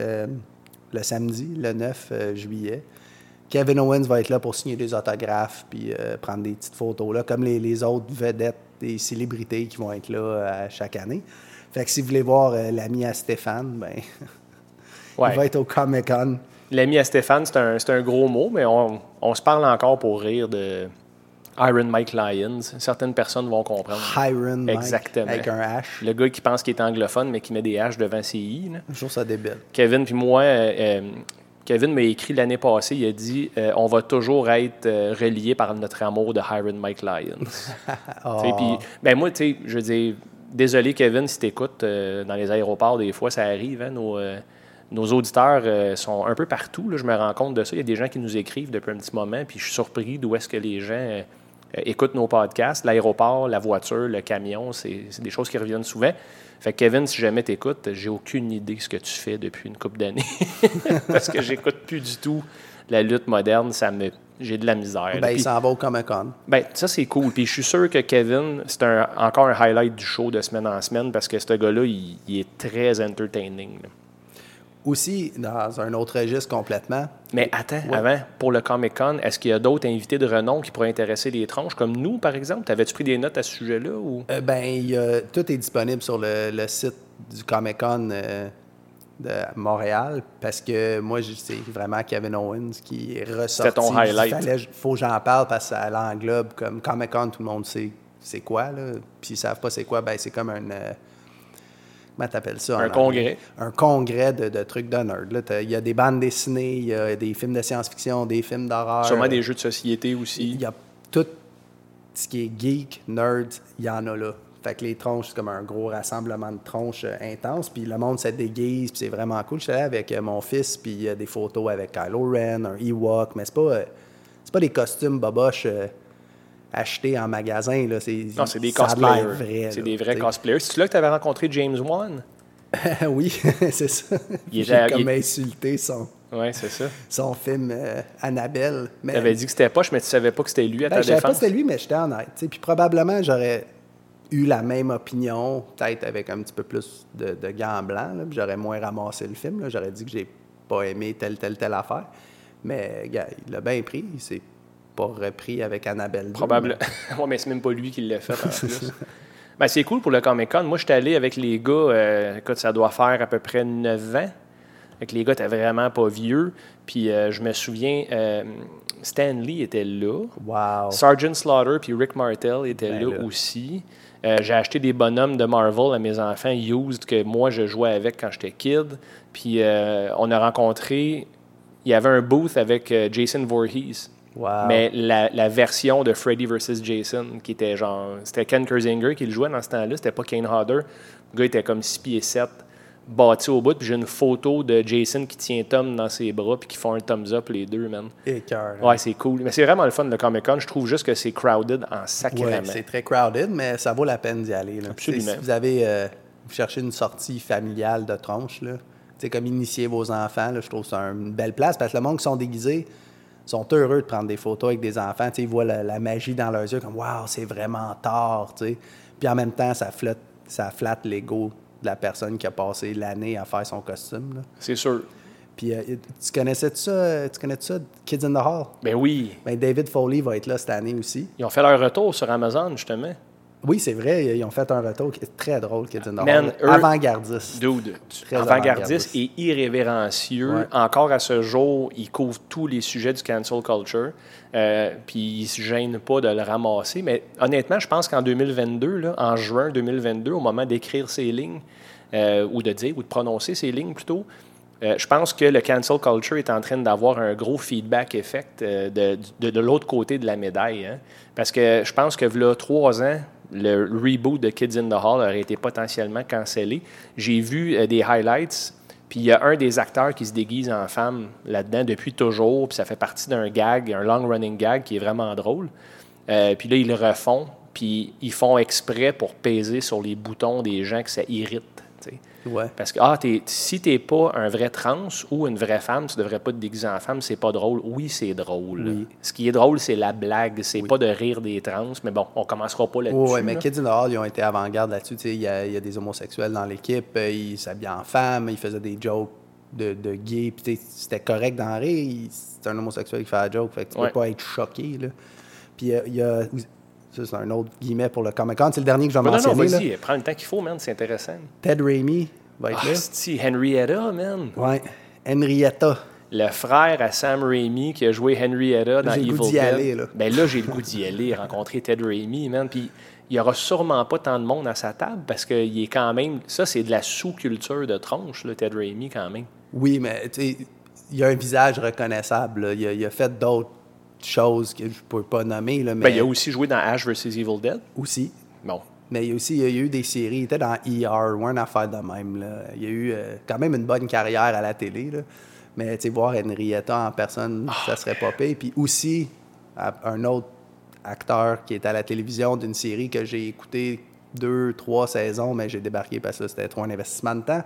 le samedi, le 9 juillet. Kevin Owens va être là pour signer des autographes puis prendre des petites photos, là, comme les autres vedettes, des célébrités qui vont être là chaque année. Fait que si vous voulez voir l'ami à Stéphane, ben, Ouais. il va être au Comic-Con. L'ami à Stéphane, c'est un gros mot, mais on se parle encore pour rire de Iron Mike Lyons. Certaines personnes vont comprendre. Iron Mike, exactement. avec un H. Le gars qui pense qu'il est anglophone, mais qui met des H devant ses I. Là. Je trouve ça débile. Kevin puis moi, Kevin m'a écrit l'année passée, il a dit on va toujours être reliés par notre amour de Iron Mike Lyons. Puis, ben moi, tu sais, je veux dire, désolé Kevin si tu écoutes dans les aéroports, des fois ça arrive, hein, nos auditeurs sont un peu partout, là, je me rends compte de ça. Il y a des gens qui nous écrivent depuis un petit moment, puis je suis surpris d'où est-ce que les gens écoutent nos podcasts. L'aéroport, la voiture, le camion, c'est des choses qui reviennent souvent. Fait que Kevin, si jamais t'écoutes, j'ai aucune idée de ce que tu fais depuis une couple d'années. Parce que j'écoute plus du tout la lutte moderne, j'ai de la misère. Ben, il s'en va au Comic-Con. Ben, ça, c'est cool. Puis je suis sûr que Kevin, c'est encore un highlight du show de semaine en semaine parce que ce gars-là, il est très entertaining. Là. Aussi, dans un autre registre complètement. Mais attends, avant, pour le Comic-Con, est-ce qu'il y a d'autres invités de renom qui pourraient intéresser les tronches, comme nous, par exemple? T'avais-tu pris des notes à ce sujet-là? Ou? Tout est disponible sur le site du Comic-Con de Montréal, parce que moi, c'est vraiment Kevin Owens qui est ressorti. C'était ton highlight. Il faut que j'en parle parce que ça l'englobe comme Comic-Con, tout le monde sait c'est quoi, là. Puis ils savent pas c'est quoi, ben c'est comme un... comment t'appelles ça? Un congrès. Un congrès de trucs de nerd. Il y a des bandes dessinées, il y a des films de science-fiction, des films d'horreur. Sûrement des jeux de société aussi. Il y a tout ce qui est geek, nerd, il y en a là. Fait que les tronches, c'est comme un gros rassemblement de tronches intense. Puis le monde se déguise, puis c'est vraiment cool. Je suis allé avec mon fils, puis il y a des photos avec Kylo Ren, un Ewok, mais c'est pas des costumes boboches achetés en magasin. Là. Non, c'est des cosplayers. C'est des vrais cosplayers. C'est là que tu avais rencontré James Wan? Oui, c'est ça. J'ai insulté ouais, c'est ça. son film Annabelle. Tu avais dit que c'était poche, mais tu savais pas que c'était lui à ta défense. Je savais pas que c'était lui, mais j'étais honnête. T'sais. Puis probablement, j'aurais eu la même opinion, peut-être avec un petit peu plus de gants blancs, là, puis j'aurais moins ramassé le film. Là. J'aurais dit que j'ai pas aimé telle affaire. Mais gars, il l'a bien pris. Il s'est pas repris avec Annabelle 2. Probablement. Oui, mais c'est même pas lui qui l'a fait en plus. Ben, c'est cool pour le Comic-Con. Moi, j'étais allé avec les gars, écoute, ça doit faire à peu près 9 ans. Avec les gars, t'es vraiment pas vieux. Puis je me souviens, Stan Lee était là. Wow. Sergeant Slaughter puis Rick Martel étaient là aussi. J'ai acheté des bonhommes de Marvel à mes enfants used que moi, je jouais avec quand j'étais kid. Puis on a rencontré... Il y avait un booth avec Jason Voorhees. Wow. Mais la version de Freddy vs. Jason, qui était genre... C'était Ken Kirzinger qui le jouait dans ce temps-là. C'était pas Kane Hodder. Le gars était comme 6 pieds 7, bâti au bout. Puis j'ai une photo de Jason qui tient Tom dans ses bras puis qui font un thumbs up les deux, man. Écœur. Ouais, c'est cool. Mais c'est vraiment le fun, le Comic-Con. Je trouve juste que c'est crowded en sacrément. Ouais, c'est très crowded, mais ça vaut la peine d'y aller. Là. Absolument. Si vous avez... vous cherchez une sortie familiale de tronche, là, comme initier vos enfants, là, je trouve que c'est une belle place parce que le monde qui sont déguisés sont heureux de prendre des photos avec des enfants. Ils voient la magie dans leurs yeux, comme « Wow, c'est vraiment tard! » Puis en même temps, ça flatte l'ego de la personne qui a passé l'année à faire son costume. Là. C'est sûr. Puis tu connaissais ça, Kids in the Hall? Ben oui. Ben David Foley va être là cette année aussi. Ils ont fait leur retour sur Amazon, justement. Oui, c'est vrai. Ils ont fait un retour qui est très drôle, Kids in the Man, Hall. Avant-gardiste. Dude, avant-gardiste et irrévérencieux. Ouais. Encore à ce jour, ils couvrent tous les sujets du cancel culture. Puis ils ne se gênent pas de le ramasser. Mais honnêtement, je pense qu'en 2022, là, en juin 2022, au moment d'écrire ces lignes, ou de dire, ou de prononcer ces lignes plutôt, je pense que le cancel culture est en train d'avoir un gros feedback effect de l'autre côté de la médaille. Hein? Parce que je pense que là, 3 ans, le reboot de Kids in the Hall aurait été potentiellement cancellé. J'ai vu des highlights, puis il y a un des acteurs qui se déguise en femme là-dedans depuis toujours, puis ça fait partie d'un gag, un long-running gag qui est vraiment drôle. Puis là, ils le refont, puis ils font exprès pour peser sur les boutons des gens que ça irrite. T'sais. Ouais. Parce que si t'es pas un vrai trans ou une vraie femme, tu devrais pas te déguiser en femme, c'est pas drôle. Oui, c'est drôle. Oui. Ce qui est drôle, c'est la blague, c'est pas de rire des trans, mais bon, on commencera pas là-dessus. Oui, mais Kids in the Hall, ils ont été avant-garde là-dessus. Il y a des homosexuels dans l'équipe, ils s'habillaient en femme, ils faisaient des jokes de gays, puis c'était correct d'en rire. C'est un homosexuel qui fait la joke, fait que tu peux pas être choqué. Là. Puis il y a... Ça, c'est un autre guillemet pour le Comic-Con. C'est le dernier que je vais mentionner. Non, vas-y, prends le temps qu'il faut, man, c'est intéressant. Ted Raimi va être là. C'est Henrietta, man. Oui, Henrietta. le frère à Sam Raimi qui a joué Henrietta dans J'ai le Evil goût d'y Dead. aller, là. Ben là, j'ai le goût d'y aller, rencontrer Ted Raimi, man. Puis il n'y aura sûrement pas tant de monde à sa table parce qu'il est quand même... Ça, c'est de la sous-culture de tronche, là, Ted Raimi, quand même. Oui, mais tu sais, il a un visage reconnaissable. Là. Il a fait d'autres choses que je ne peux pas nommer. Là, mais Ben, il a aussi joué dans Ash vs. Evil Dead. aussi. Bon. Mais il y a eu des séries. Il était dans ER ou une affaire de même. Là. Il y a eu quand même une bonne carrière à la télé. Là. Mais tu sais, voir Henrietta en personne, ça serait pas pire. Puis aussi, un autre acteur qui est à la télévision d'une série que j'ai écouté 2-3 saisons, mais j'ai débarqué parce que c'était trop un investissement de temps.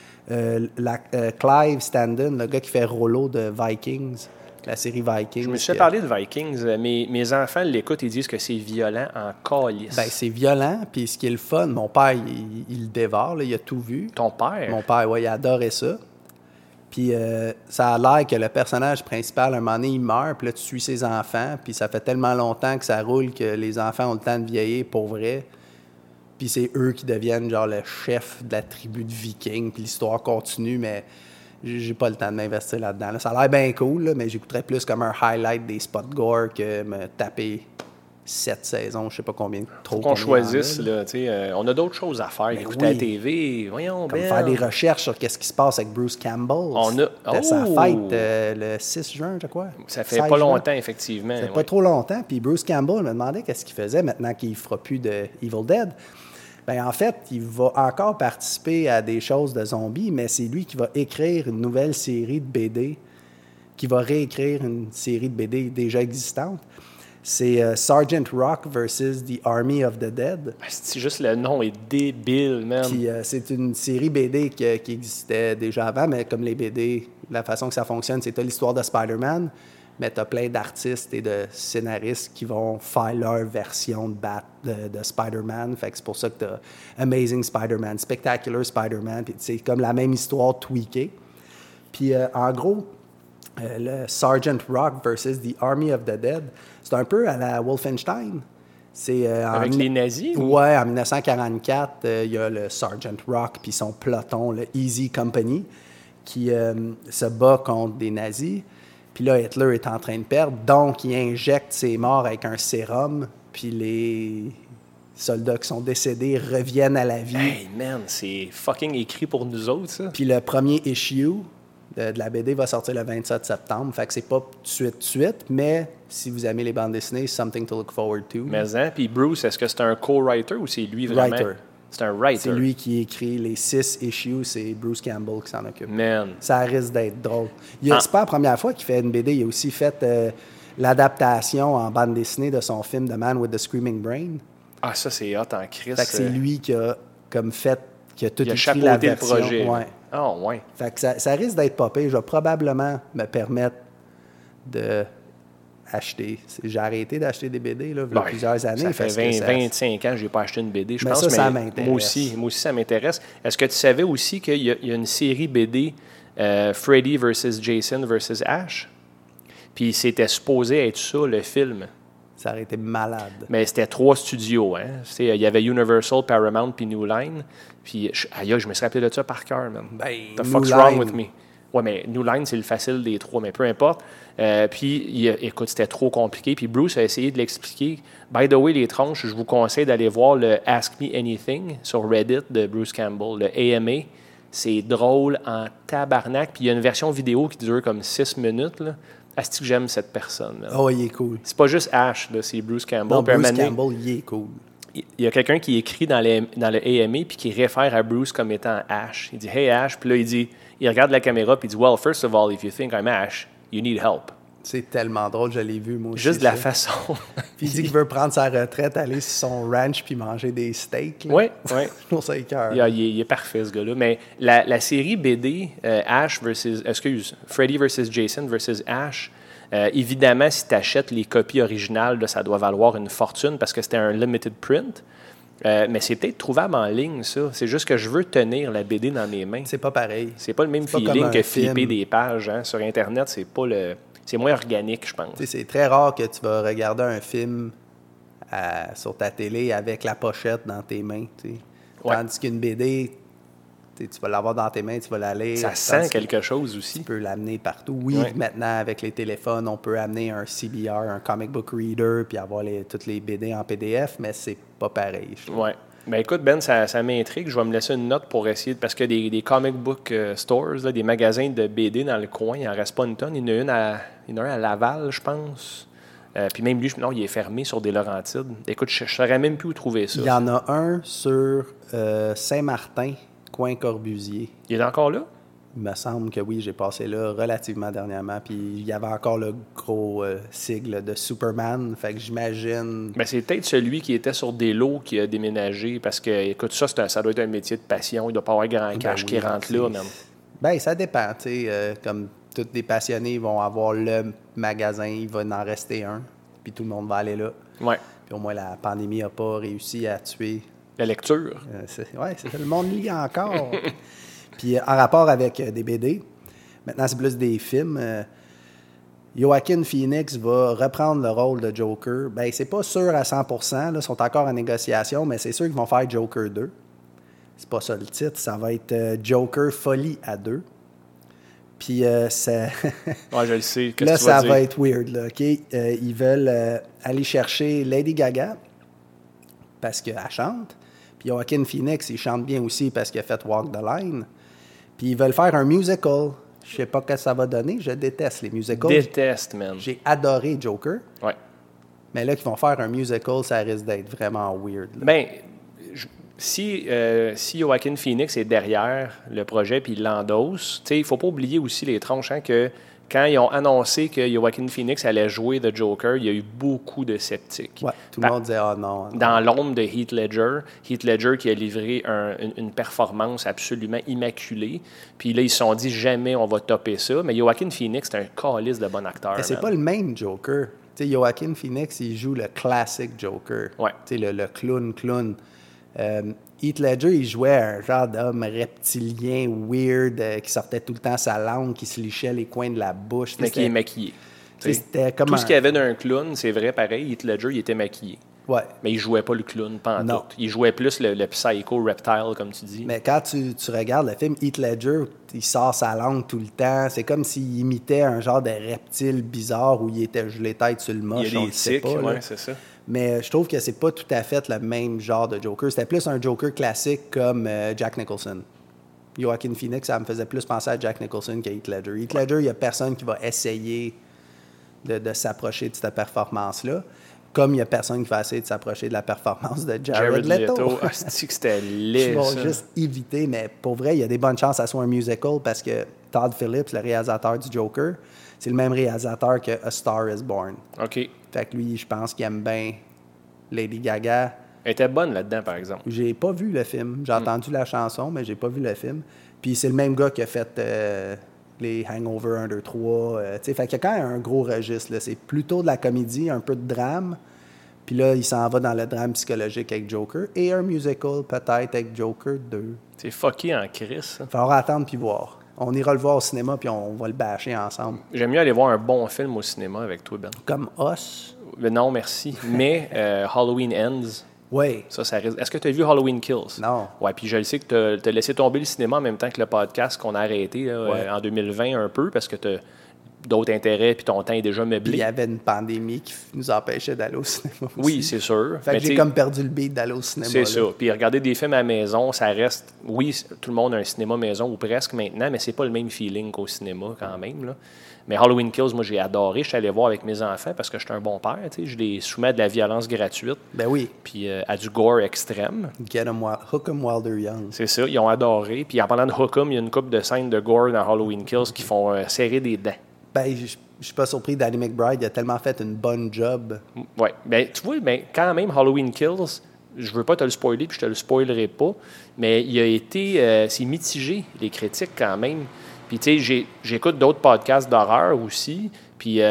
Clive Standen, le gars qui fait Rollo de Vikings, la série Vikings. Je me suis fait parler de Vikings. Mes enfants l'écoutent et disent que c'est violent en calice. Ben, c'est violent, puis ce qui est le fun, mon père, il le dévore, là, il a tout vu. Ton père? Mon père, oui, il adorait ça. Puis ça a l'air que le personnage principal, un moment donné, il meurt, puis là, tu suis ses enfants, puis ça fait tellement longtemps que ça roule que les enfants ont le temps de vieillir pour vrai. Puis c'est eux qui deviennent genre le chef de la tribu de Vikings, puis l'histoire continue, mais j'ai pas le temps de m'investir là-dedans. Là. Ça a l'air bien cool, là, mais j'écouterais plus comme un highlight des spots gore que me taper 7 saisons, je sais pas combien, trop. Qu'on choisisse, là, tu sais, on a d'autres choses à faire. Ben Écouter oui. la TV, voyons, Comme Ben. faire des recherches sur qu'est-ce qui se passe avec Bruce Campbell. On a- C'était sa Oh! fête le 6 juin, je crois. Ça fait 16 pas juin. longtemps, effectivement. Ça fait ouais. pas trop longtemps. Puis Bruce Campbell me demandait qu'est-ce qu'il faisait maintenant qu'il ne fera plus de Evil Dead. Bien, en fait, il va encore participer à des choses de zombies, mais c'est lui qui va écrire une nouvelle série de BD, qui va réécrire une série de BD déjà existante. C'est Sergeant Rock versus The Army of the Dead. C'est juste le nom est débile, man. Puis c'est une série BD qui existait déjà avant, mais comme les BD, la façon que ça fonctionne, c'est que tu as l'histoire de Spider-Man, mais tu as plein d'artistes et de scénaristes qui vont faire leur version de Spider-Man. Fait que c'est pour ça que tu as Amazing Spider-Man, Spectacular Spider-Man, puis c'est comme la même histoire tweakée. Puis en gros, le Sergeant Rock versus The Army of the Dead, c'est un peu à la Wolfenstein. C'est, Avec les nazis? ou- Ouais, en 1944, il y a le Sergeant Rock puis son peloton, le Easy Company, qui se bat contre des nazis. Puis là, Hitler est en train de perdre, donc il injecte ses morts avec un sérum, puis les soldats qui sont décédés reviennent à la vie. Hey, man, c'est fucking écrit pour nous autres, ça. Puis le premier issue de la BD va sortir le 27 septembre. Fait que c'est pas tout de suite, mais si vous aimez les bandes dessinées, something to look forward to. Mais, hein, puis Bruce, est-ce que c'est un co-writer ou c'est lui vraiment? Writer. C'est un writer. C'est lui qui écrit les 6 issues, c'est Bruce Campbell qui s'en occupe. Man. Ça risque d'être drôle. C'est pas la première fois qu'il fait une BD. Il a aussi fait l'adaptation en bande dessinée de son film The Man with the Screaming Brain. Ah, ça, c'est hot en Christ. Fait que c'est lui qui a comme fait, qui a tout Il a écrit la chapeauté le version. projet. là. Ouais. Ah, ouais. Fait que ça risque d'être pas pire. Je vais probablement me permettre de acheter. J'ai arrêté d'acheter des BD là, il y a Ben, plusieurs années. Ça fait parce que 25 ans que je n'ai pas acheté une BD, je Mais pense. ça, ça mais m'intéresse. moi aussi, ça m'intéresse. Est-ce que tu savais aussi qu'il y a une série BD Freddy versus Jason versus Ash? Puis c'était supposé être ça, le film. ça aurait été malade. Mais c'était 3 studios. Hein? Il y avait Universal, Paramount puis New Line. Puis, aïe, je me suis rappelé de ça par cœur, man. Ben, The New fuck's wrong Line. with me? Ouais, mais New Line, c'est le facile des 3, mais peu importe. Puis, écoute, c'était trop compliqué. Puis Bruce a essayé de l'expliquer. By the way, les tronches, je vous conseille d'aller voir le Ask Me Anything sur Reddit de Bruce Campbell, le AMA. C'est drôle en tabarnak. Puis il y a une version vidéo qui dure comme 6 minutes. Là. Asti que j'aime cette personne. Là. Oh, il est cool. C'est pas juste Ash, là, c'est Bruce Campbell. Non, Puis à un Bruce moment donné, Campbell, il est cool. il y a quelqu'un qui écrit dans le AMA puis qui réfère à Bruce comme étant Ash. Il dit « Hey Ash », puis là il regarde la caméra puis il dit « Well, first of all, if you think I'm Ash, you need help ». C'est tellement drôle, je l'ai vu, moi aussi. Juste de la ça. façon. Puis il dit qu'il veut prendre sa retraite, aller sur son ranch puis manger des steaks. là. Oui, oui. Je trouve ça écœurant. Il est parfait, ce gars-là. Mais la série BD, Freddy versus Jason versus Ash, évidemment, si tu achètes les copies originales, là, ça doit valoir une fortune parce que c'était un limited print. Mais c'est peut-être trouvable en ligne, ça. C'est juste que je veux tenir la BD dans mes mains. C'est pas pareil. C'est pas le même C'est pas feeling comme que un flipper film. des pages. Hein. Sur Internet, c'est moins organique, je pense. Tu sais, c'est très rare que tu vas regarder un film sur ta télé avec la pochette dans tes mains. Tu sais. Ouais. Tandis qu'une BD, Tu vas l'avoir dans tes mains, tu vas l'aller. Ça sent quelque chose aussi. Tu peux l'amener partout. Oui, maintenant, avec les téléphones, on peut amener un CBR, un comic book reader, puis avoir toutes les BD en PDF, mais c'est pas pareil. Oui. Ben écoute, Ben, ça m'intrigue. Je vais me laisser une note pour essayer, parce que des comic book stores, là, des magasins de BD dans le coin, il n'en reste pas une tonne. Il y en a un à Laval, je pense. Puis même lui, non, il est fermé sur des Laurentides. Écoute, je ne saurais même plus où trouver ça. Il y en a un sur Saint-Martin, coin Corbusier. Il est encore là? Il me semble que oui, j'ai passé là relativement dernièrement. Puis il y avait encore le gros sigle de Superman. Fait que j'imagine. Mais c'est peut-être celui qui était sur des lots qui a déménagé. Parce que, écoute, ça doit être un métier de passion. Il ne doit pas avoir grand cash qui rentre là, même. Bien, ça dépend. Comme tous les passionnés vont avoir le magasin, il va en rester un. Puis tout le monde va aller là. Oui. Puis au moins, la pandémie n'a pas réussi à tuer. La lecture. Oui, c'est ça. Le monde lit encore. Puis en rapport avec des BD, maintenant c'est plus des films. Joaquin Phoenix va reprendre le rôle de Joker. Bien, c'est pas sûr à 100%, là, ils sont encore en négociation, mais c'est sûr qu'ils vont faire Joker 2. C'est pas ça le titre, ça va être Joker Folie à 2. Puis ça... Oui, je le sais. Là, ça va être weird, là, OK? Ils veulent aller chercher Lady Gaga parce qu'elle chante. Puis Joaquin Phoenix, il chante bien aussi parce qu'il a fait Walk the Line. Puis ils veulent faire un musical. Je sais pas ce que ça va donner. Je déteste les musicals. Déteste, man. J'ai adoré Joker. Oui. Mais là, qu'ils vont faire un musical, ça risque d'être vraiment weird. Là. Bien, si Joaquin Phoenix est derrière le projet puis il l'endosse, il ne faut pas oublier aussi les tranches que quand ils ont annoncé que Joaquin Phoenix allait jouer The Joker, il y a eu beaucoup de sceptiques. Ouais, tout le monde disait « Ah non, non. » Dans l'ombre de Heath Ledger qui a livré une performance absolument immaculée. Puis là, ils se sont dit « Jamais on va topper ça. » Mais Joaquin Phoenix, c'est un calice de bon acteur. Mais c'est pas le même Joker. Tu sais, Joaquin Phoenix, il joue le classique Joker. Ouais. Tu sais, le clown. Heath Ledger, il jouait un genre d'homme reptilien, weird, qui sortait tout le temps sa langue, qui se lichait les coins de la bouche. Mais qui est maquillé. C'était comme tout ce qu'il y avait d'un clown, c'est vrai, pareil, Heath Ledger, il était maquillé. Ouais. Mais il jouait pas le clown pantoute. Il jouait plus le psycho reptile, comme tu dis. Mais quand tu regardes le film, Heath Ledger, il sort sa langue tout le temps. C'est comme s'il imitait un genre de reptile bizarre où il était gelé tête sur le moche. Il y a des tics, oui, c'est ça. Mais je trouve que c'est pas tout à fait le même genre de Joker. C'était plus un Joker classique comme Jack Nicholson. Joaquin Phoenix, ça me faisait plus penser à Jack Nicholson qu'à Heath Ledger. Heath Ledger, il n'y a personne qui va essayer de s'approcher de cette performance-là. Comme il n'y a personne qui va essayer de s'approcher de la performance de Jared Leto. Ah, c'est que c'était laid, ça. ça. Je vais juste éviter, mais pour vrai, il y a des bonnes chances que ça soit un musical parce que Todd Phillips, le réalisateur du Joker, c'est le même réalisateur que A Star is Born. OK. Fait que lui, je pense qu'il aime bien Lady Gaga. Elle était bonne là-dedans, par exemple. J'ai pas vu le film. J'ai entendu la chanson, mais j'ai pas vu le film. Puis c'est le même gars qui a fait les Hangover 1, 2, 3. Fait qu'il y a quand même un gros registre. Là. C'est plutôt de la comédie, un peu de drame. Puis là, il s'en va dans le drame psychologique avec Joker. Et un musical, peut-être, avec Joker 2. C'est fucké en crise. Il va falloir attendre puis voir. On ira le voir au cinéma puis on va le bâcher ensemble. J'aime mieux aller voir un bon film au cinéma avec toi, Ben. Comme Us. Non, merci. Mais Halloween Ends, oui. Ça risque. Est-ce que tu as vu Halloween Kills? Non. Oui, puis je le sais que tu as laissé tomber le cinéma en même temps que le podcast qu'on a arrêté là, en 2020 un peu parce que tu as d'autres intérêts puis ton temps est déjà meublé. Puis il y avait une pandémie qui nous empêchait d'aller au cinéma aussi. Oui, c'est sûr. Fait que j'ai comme perdu le beat d'aller au cinéma. C'est ça. Puis regarder des films à la maison, ça reste... Oui, tout le monde a un cinéma maison ou presque maintenant, mais c'est pas le même feeling qu'au cinéma quand même, là. Mais Halloween Kills, moi, j'ai adoré. Je suis allé voir avec mes enfants parce que je suis un bon père. Je les soumets à de la violence gratuite. Ben oui. Puis à du gore extrême. Hook 'em while they're young. C'est ça. Ils ont adoré. Puis en parlant de Hook 'em, il y a une couple de scènes de gore dans Halloween Kills qui font serrer des dents. Ben, je suis pas surpris. Danny McBride a tellement fait une bonne job. Oui. Ben, tu vois, ben, quand même, Halloween Kills, je veux pas te le spoiler, puis je te le spoilerai pas, mais il a été... c'est mitigé, les critiques, quand même. Puis, tu sais, j'écoute d'autres podcasts d'horreur aussi, puis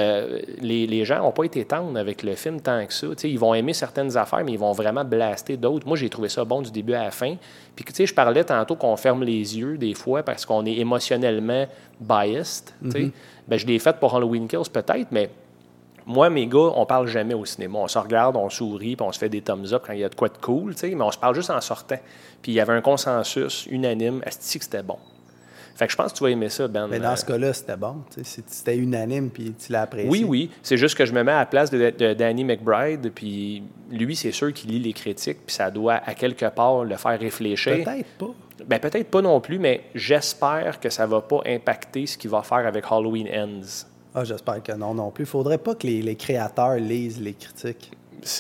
les gens n'ont pas été tendres avec le film tant que ça. Tu sais, ils vont aimer certaines affaires, mais ils vont vraiment blaster d'autres. Moi, j'ai trouvé ça bon du début à la fin. Puis, tu sais, je parlais tantôt qu'on ferme les yeux des fois parce qu'on est émotionnellement biased, tu sais. Ben, je l'ai fait pour Halloween Kills peut-être, mais moi, mes gars, on parle jamais au cinéma. On se regarde, on sourit, puis on se fait des thumbs up quand il y a de quoi de cool, tu sais, mais on se parle juste en sortant. Puis il y avait un consensus unanime, asti que c'était bon. Fait que je pense que tu vas aimer ça, Ben. Mais dans ce cas-là, c'était bon. C'était unanime, puis tu l'as apprécié. Oui. C'est juste que je me mets à la place de Danny McBride, puis lui, c'est sûr qu'il lit les critiques, puis ça doit, à quelque part, le faire réfléchir. Peut-être pas. Ben, peut-être pas non plus, mais j'espère que ça va pas impacter ce qu'il va faire avec Halloween Ends. Ah, j'espère que non plus. Il faudrait pas que les créateurs lisent les critiques.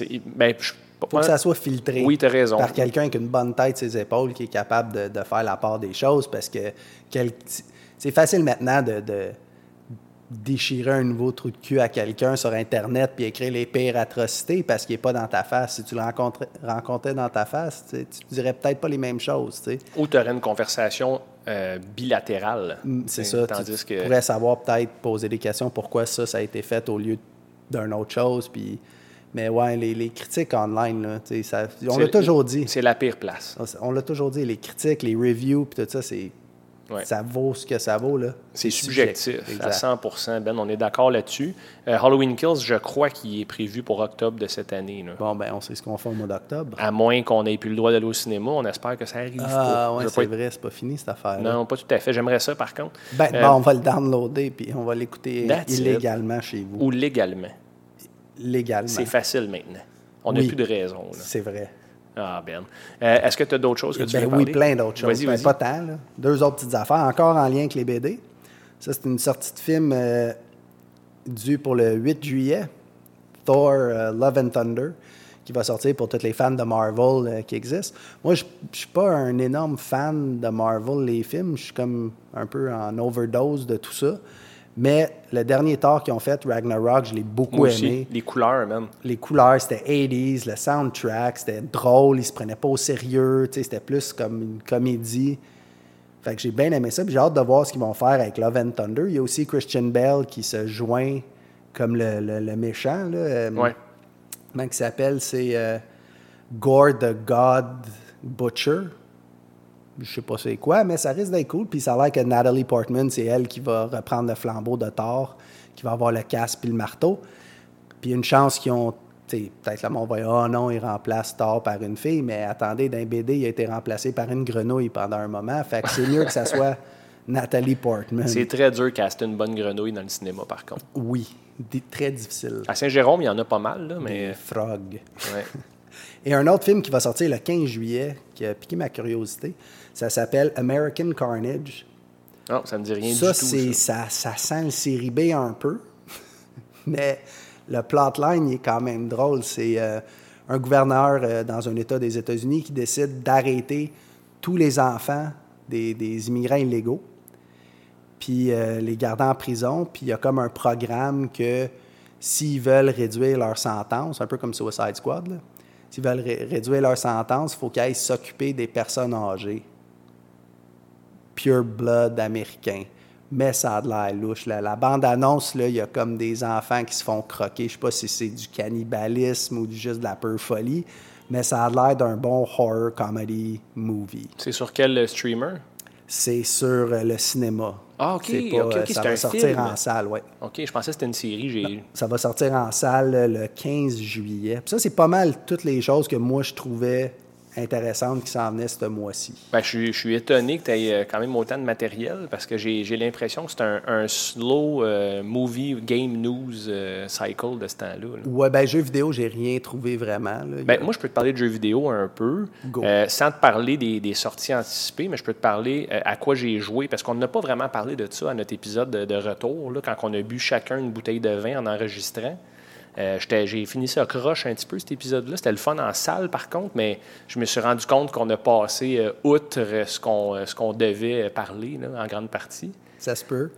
Faut que ça soit filtré. Oui, tu as raison. Par quelqu'un avec une bonne tête sur ses épaules qui est capable de faire la part des choses, parce que c'est facile maintenant de déchirer un nouveau trou de cul à quelqu'un sur Internet puis écrire les pires atrocités parce qu'il n'est pas dans ta face. Si tu le rencontrais dans ta face, tu dirais peut-être pas les mêmes choses. T'sais. Ou tu aurais une conversation bilatérale. C'est ça. Tandis Tu pourrais savoir peut-être poser des questions pourquoi ça a été fait au lieu d'une autre chose. Puis... Mais ouais, les critiques online, là, on l'a toujours dit. C'est la pire place. On l'a toujours dit, les critiques, les reviews, puis tout ça, ça vaut ce que ça vaut. Là. C'est subjectif, à 100%. Ben, on est d'accord là-dessus. Halloween Kills, je crois qu'il est prévu pour octobre de cette année. Là. Bon, ben on sait ce qu'on fait au mois d'octobre. À moins qu'on n'ait plus le droit d'aller au cinéma, on espère que ça arrive pas. Ah oui, c'est vrai, c'est pas fini cette affaire. Non, pas tout à fait. J'aimerais ça, par contre. On va le downloader, puis on va l'écouter illégalement chez vous. Ou légalement. Légalement. C'est facile maintenant. On n'a plus de raison. Là. C'est vrai. Ah, Ben. Est-ce que tu as d'autres choses que tu veux parler? Oui, plein d'autres choses. Vas-y. Pas tant. Là. 2 autres petites affaires, encore en lien avec les BD. Ça, c'est une sortie de film due pour le 8 juillet. Thor, Love and Thunder, qui va sortir pour tous les fans de Marvel qui existent. Moi, je ne suis pas un énorme fan de Marvel, les films. Je suis comme un peu en overdose de tout ça. Mais le dernier Thor qu'ils ont fait, Ragnarok, je l'ai beaucoup aimé. Les couleurs, même. Les couleurs, c'était 80s, le soundtrack, c'était drôle, ils se prenaient pas au sérieux, c'était plus comme une comédie. Fait que j'ai bien aimé ça, puis j'ai hâte de voir ce qu'ils vont faire avec Love and Thunder. Il y a aussi Christian Bale qui se joint comme le méchant. Là. Ouais. Comment il s'appelle? C'est Gore the God Butcher. Je sais pas c'est quoi, mais ça risque d'être cool. Puis ça a l'air que Natalie Portman, c'est elle qui va reprendre le flambeau de Thor, qui va avoir le casque puis le marteau. Puis une chance qu'ils ont... Peut-être le monde va dire « Oh non, il remplace Thor par une fille », mais attendez, dans BD, il a été remplacé par une grenouille pendant un moment. Fait que c'est mieux que ça soit Natalie Portman. C'est très dur caster une bonne grenouille dans le cinéma, par contre. Oui, très difficile. À Saint-Jérôme, il y en a pas mal, là, mais... Des frogs. Ouais. Et un autre film qui va sortir le 15 juillet, qui a piqué ma curiosité, ça s'appelle American Carnage. Non, ça me dit rien du tout. Ça sent le série B un peu, mais le plotline est quand même drôle. C'est un gouverneur dans un État des États-Unis qui décide d'arrêter tous les enfants des immigrants illégaux, puis les garder en prison. Puis il y a comme un programme que s'ils veulent réduire leur sentence, un peu comme Suicide Squad, là, s'ils veulent réduire leur sentence, il faut qu'ils aillent s'occuper des personnes âgées. Pure blood américain. Mais ça a de l'air louche. La bande-annonce, il y a comme des enfants qui se font croquer. Je ne sais pas si c'est du cannibalisme ou juste de la pure folie, mais ça a l'air d'un bon horror comedy movie. C'est sur quel streamer? C'est sur le cinéma. Ah, OK. Ça va sortir en salle, oui. OK, je pensais que c'était une série. Ça va sortir en salle le 15 juillet. Puis ça, c'est pas mal toutes les choses que moi, je trouvais intéressantes qui s'en venaient ce mois-ci. Ben, je suis étonné que tu aies quand même autant de matériel parce que j'ai l'impression que c'est un slow movie game news cycle de ce temps-là. Ouais, ben jeux vidéo, j'ai rien trouvé vraiment. Là. Ben, moi, je peux te parler de jeux vidéo un peu, sans te parler des sorties anticipées, mais je peux te parler à quoi j'ai joué parce qu'on n'a pas vraiment parlé de ça à notre épisode de retour, là, quand on a bu chacun une bouteille de vin en enregistrant. J'ai fini ça croche un petit peu, cet épisode-là. C'était le fun en salle, par contre, mais je me suis rendu compte qu'on a passé outre ce qu'on devait parler, là, en grande partie. Ça se peut.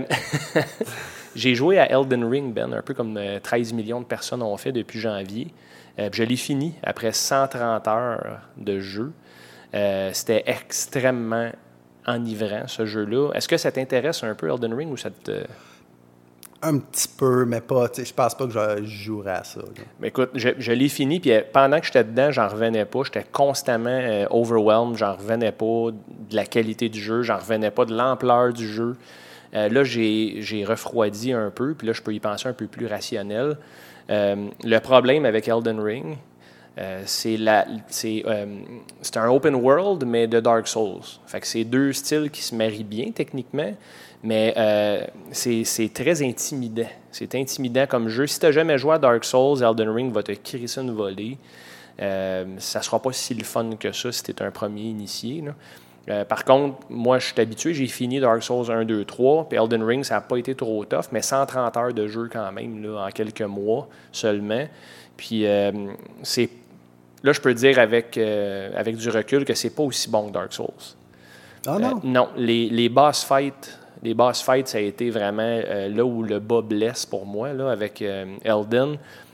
J'ai joué à Elden Ring, Ben, un peu comme 13 millions de personnes ont fait depuis janvier. Je l'ai fini après 130 heures de jeu. C'était extrêmement enivrant, ce jeu-là. Est-ce que ça t'intéresse un peu, Elden Ring, ou ça te... Un petit peu, mais pas. Je pense pas que je jouerais à ça. Mais écoute, je l'ai fini, puis pendant que j'étais dedans, j'en revenais pas. J'étais constamment overwhelmed, j'en revenais pas de la qualité du jeu, j'en revenais pas de l'ampleur du jeu. Là, j'ai refroidi un peu, puis là, je peux y penser un peu plus rationnel. Le problème avec Elden Ring, c'est un open world, mais de Dark Souls. Fait que c'est deux styles qui se marient bien techniquement, mais c'est très intimidant. C'est intimidant comme jeu. Si tu n'as jamais joué à Dark Souls, Elden Ring va te crisser une volée. Ça ne sera pas si le fun que ça si tu es un premier initié, là. Par contre, moi, je suis habitué. J'ai fini Dark Souls 1, 2, 3. Puis Elden Ring, ça n'a pas été trop tough, mais 130 heures de jeu quand même, là, en quelques mois seulement. Puis là, je peux dire avec du recul que c'est pas aussi bon que Dark Souls. Ah non? Non, les boss fights, ça a été vraiment là où le bas blesse pour moi, là, avec Elden.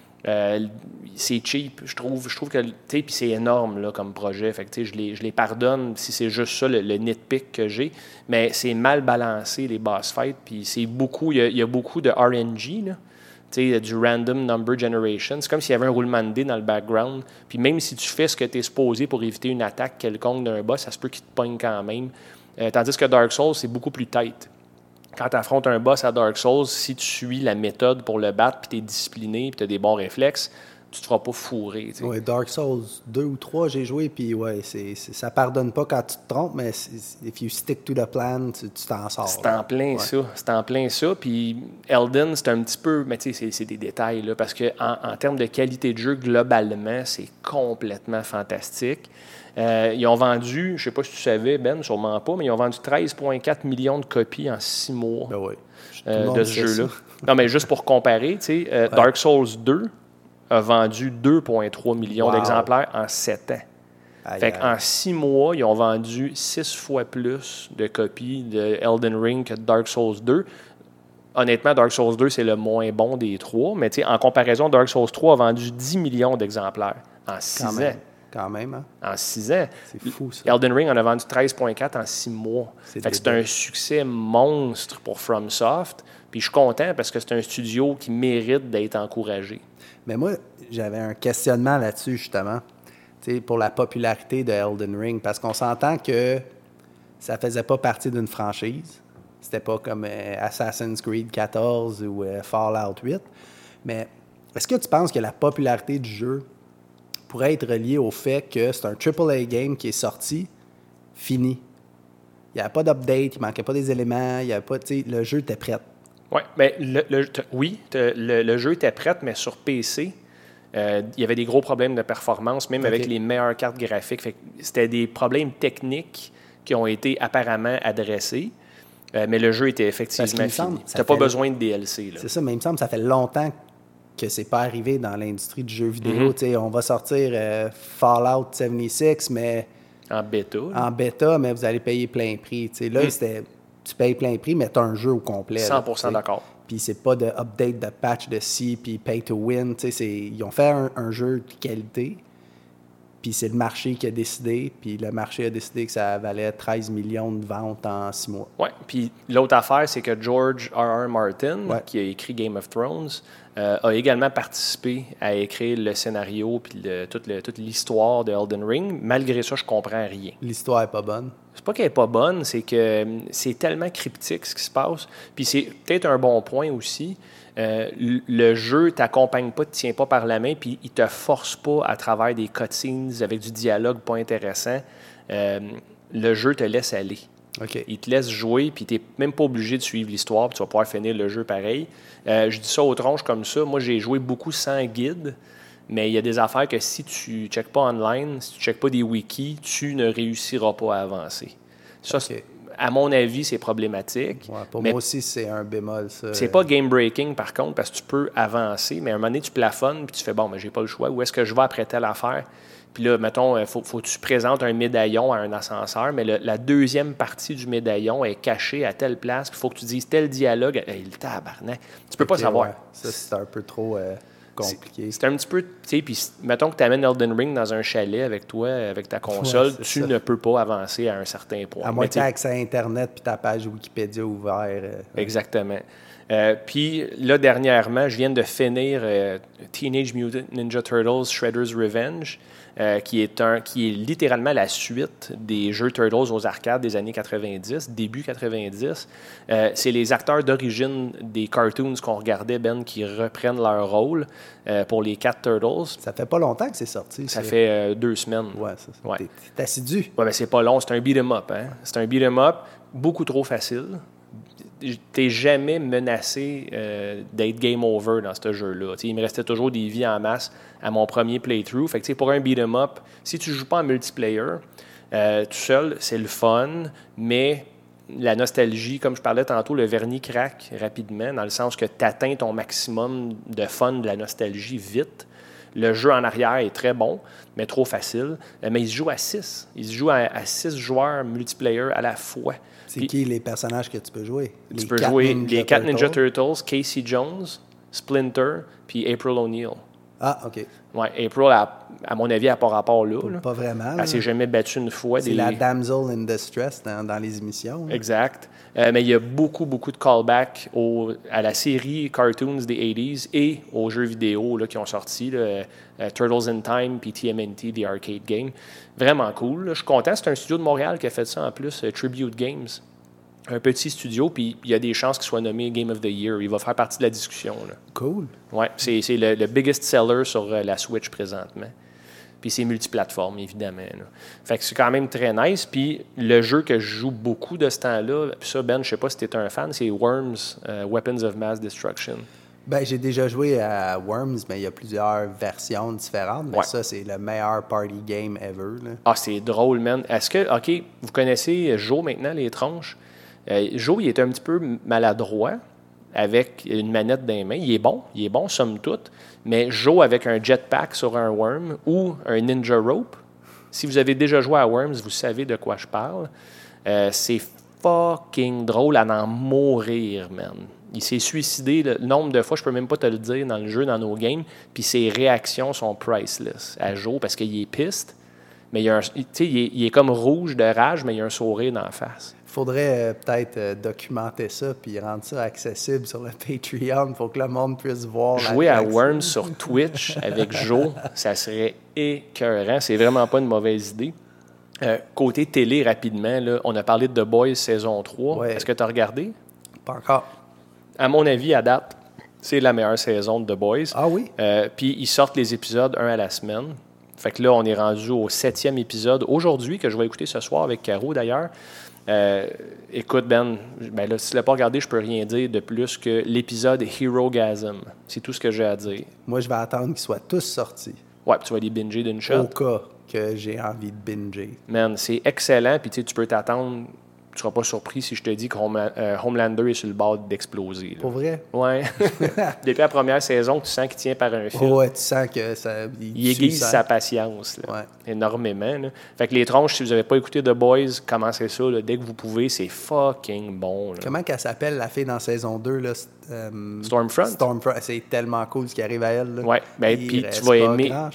C'est cheap, je trouve que, tu sais, puis c'est énorme là, comme projet, fait que, tu sais, je les pardonne si c'est juste ça le nitpick que j'ai, mais c'est mal balancé les boss fights, puis c'est beaucoup, il y a beaucoup de RNG, là, tu sais, du random number generation, c'est comme s'il y avait un roulement de dés dans le background, puis même si tu fais ce que tu es supposé pour éviter une attaque quelconque d'un boss, ça se peut qu'il te pogne quand même, tandis que Dark Souls, c'est beaucoup plus tight. Quand tu affrontes un boss à Dark Souls, si tu suis la méthode pour le battre, puis tu es discipliné, puis tu as des bons réflexes, tu te feras pas fourrer. Oui, Dark Souls 2 ou 3, j'ai joué, puis ouais, ça pardonne pas quand tu te trompes, mais if you stick to the plan, tu t'en sors. C'est en plein ça. C'est en plein ça. Puis Elden, c'est un petit peu, mais tu sais, c'est des détails, là, parce qu'en termes de qualité de jeu, globalement, c'est complètement fantastique. Ils ont vendu, je ne sais pas si tu savais, Ben, sûrement pas, mais ils ont vendu 13,4 millions de copies en 6 mois de ce jeu-là. Non, mais juste pour comparer, tu sais, Dark Souls 2 a vendu 2,3 millions d'exemplaires en 7 ans. Fait qu'en 6 mois, ils ont vendu 6 fois plus de copies de Elden Ring que de Dark Souls 2. Honnêtement, Dark Souls 2, c'est le moins bon des trois, mais tu sais, en comparaison, Dark Souls 3 a vendu 10 millions d'exemplaires en 6 ans. Quand même, hein? En 6 ans. C'est fou, ça. Elden Ring en a vendu 13,4 en 6 mois. C'est un succès monstre pour FromSoft. Puis je suis content parce que c'est un studio qui mérite d'être encouragé. Mais moi, j'avais un questionnement là-dessus, justement, pour la popularité de Elden Ring, parce qu'on s'entend que ça faisait pas partie d'une franchise. C'était pas comme Assassin's Creed 14 ou Fallout 8. Mais est-ce que tu penses que la popularité du jeu pourrait être reliée au fait que c'est un AAA game qui est sorti, fini? Il n'y avait pas d'update, il ne manquait pas des éléments, il y avait pas, le jeu était prêt. Ouais, mais le jeu était prêt, mais sur PC, il y avait des gros problèmes de performance, même avec les meilleures cartes graphiques. Fait que c'était des problèmes techniques qui ont été apparemment adressés, mais le jeu était effectivement fini. Tu n'as pas besoin de DLC. Là. C'est ça, mais il me semble que ça fait longtemps que c'est pas arrivé dans l'industrie du jeu vidéo. On va sortir Fallout 76, mais... En bêta. En bêta, mais vous allez payer plein prix. Là, tu payes plein prix, mais tu as un jeu au complet. 100% d'accord. Puis c'est pas de update, de patch, de ci, puis pay to win. Ils ont fait un jeu de qualité, puis c'est le marché qui a décidé, puis le marché a décidé que ça valait 13 millions de ventes en 6 mois. Oui, puis l'autre affaire, c'est que George R.R. Martin, qui a écrit Game of Thrones, a également participé à écrire le scénario puis toute l'histoire de Elden Ring. Malgré ça, je comprends rien. L'histoire n'est pas bonne. C'est pas qu'elle n'est pas bonne, c'est que c'est tellement cryptique ce qui se passe. Puis c'est peut-être un bon point aussi. Le jeu ne t'accompagne pas, ne te tient pas par la main, puis il ne te force pas à travers des cutscenes avec du dialogue pas intéressant. Le jeu te laisse aller. Okay. Il te laisse jouer, puis tu n'es même pas obligé de suivre l'histoire, puis tu vas pouvoir finir le jeu pareil. Je dis ça aux tronches comme ça. Moi, j'ai joué beaucoup sans guide, mais il y a des affaires que si tu ne checkes pas online, si tu ne checkes pas des wikis, tu ne réussiras pas à avancer. Ça, à mon avis, c'est problématique. Ouais, pour moi aussi, c'est un bémol, ça. C'est pas game-breaking, par contre, parce que tu peux avancer, mais à un moment donné, tu plafonnes, puis tu fais, bon, mais j'ai pas le choix. Où est-ce que je vais après telle affaire? Puis là, mettons, faut que tu présentes un médaillon à un ascenseur, mais la deuxième partie du médaillon est cachée à telle place, puis il faut que tu dises tel dialogue. Le tabarnak, tu peux pas savoir. Ouais. Ça, c'est un peu trop compliqué. C'est un petit peu, tu sais, puis mettons que tu amènes Elden Ring dans un chalet avec toi, avec ta console, tu ne peux pas avancer à un certain point. À moins que tu aies accès à Internet puis ta page Wikipédia ouverte. Exactement. Puis là, dernièrement, je viens de finir Teenage Mutant Ninja Turtles Shredder's Revenge, qui est littéralement la suite des jeux Turtles aux arcades des années 90, début 90. C'est les acteurs d'origine des cartoons qu'on regardait, Ben, qui reprennent leur rôle pour les 4 Turtles. Ça fait pas longtemps que c'est sorti. Ça fait 2 semaines. Ouais, Ouais. T'es assidu. Ouais, mais c'est pas long, c'est un beat 'em up. Hein? C'est un beat 'em up beaucoup trop facile. T'es jamais menacé d'être game over dans ce jeu-là. T'sais, il me restait toujours des vies en masse à mon premier playthrough. Fait que pour un beat 'em up, si tu joues pas en multiplayer, tout seul, c'est le fun, mais la nostalgie, comme je parlais tantôt, le vernis craque rapidement, dans le sens que tu atteins ton maximum de fun de la nostalgie vite. Le jeu en arrière est très bon, mais trop facile. Mais il se joue à 6. Il se joue à 6 joueurs multiplayer à la fois. C'est qui les personnages que tu peux jouer? Tu peux jouer les 4 Ninja Turtles, Casey Jones, Splinter, puis April O'Neil. Ah, OK. Oui, April, à mon avis, elle n'a pas rapport là. Pas vraiment. Elle s'est jamais battue une fois. C'est la damsel in distress dans les émissions. Exact. Mais il y a beaucoup, beaucoup de callbacks à la série cartoons des 80s et aux jeux vidéo là, qui ont sorti, Turtles in Time puis TMNT, The Arcade Game. Vraiment cool. Là. Je suis content. C'est un studio de Montréal qui a fait ça en plus, Tribute Games. Un petit studio, puis il y a des chances qu'il soit nommé Game of the Year. Il va faire partie de la discussion. Là. Cool. Oui, c'est le biggest seller sur la Switch présentement. Puis c'est multiplateforme, évidemment. Là. Fait que c'est quand même très nice. Puis le jeu que je joue beaucoup de ce temps-là, puis ça, Ben, je sais pas si tu es un fan, c'est Worms, Weapons of Mass Destruction. Ben, j'ai déjà joué à Worms, mais il y a plusieurs versions différentes. Mais ça, c'est le meilleur party game ever. Là. Ah, c'est drôle, man. Est-ce que, OK, vous connaissez Joe maintenant, les tronches? Joe, il est un petit peu maladroit avec une manette dans les mains. Il est bon, somme toute. Mais Joe avec un jetpack sur un worm ou un ninja rope, si vous avez déjà joué à Worms, vous savez de quoi je parle. C'est fucking drôle à en mourir, man. Il s'est suicidé le nombre de fois, je peux même pas te le dire dans le jeu, dans nos games, puis ses réactions sont priceless à Joe parce qu'il est piste, mais il est comme rouge de rage, mais il a un sourire dans la face. Il faudrait peut-être documenter ça puis rendre ça accessible sur le Patreon pour que le monde puisse voir. Jouer à Worms sur Twitch avec Joe, ça serait écœurant. C'est vraiment pas une mauvaise idée. Côté télé, rapidement, là, on a parlé de The Boys saison 3. Ouais. Est-ce que tu as regardé? Pas encore. À mon avis, à date, c'est la meilleure saison de The Boys. Ah oui? Puis ils sortent les épisodes un à la semaine. Fait que là, on est rendu au 7e épisode aujourd'hui, que je vais écouter ce soir avec Caro, d'ailleurs. Écoute, Ben là, si tu ne l'as pas regardé, je peux rien dire de plus que l'épisode Herogasm. C'est tout ce que j'ai à dire. Moi, je vais attendre qu'ils soient tous sortis. Ouais, puis tu vas les binger d'une shot. Au cas que j'ai envie de binger. Man, c'est excellent, puis tu peux t'attendre. Tu ne seras pas surpris si je te dis que Homelander est sur le bord d'exploser. Là. Pour vrai? Oui. Depuis la première saison, tu sens qu'il tient par un fil. Ouais, tu sens que ça... Il aiguise sa patience, là, ouais. Énormément. Là. Fait que les tronches, si vous n'avez pas écouté The Boys, commencez ça là, dès que vous pouvez. C'est fucking bon. Là. Comment qu'elle s'appelle, la fille dans saison 2? Là, Stormfront? Stormfront. C'est tellement cool ce qui arrive à elle. Oui, ben, puis tu vas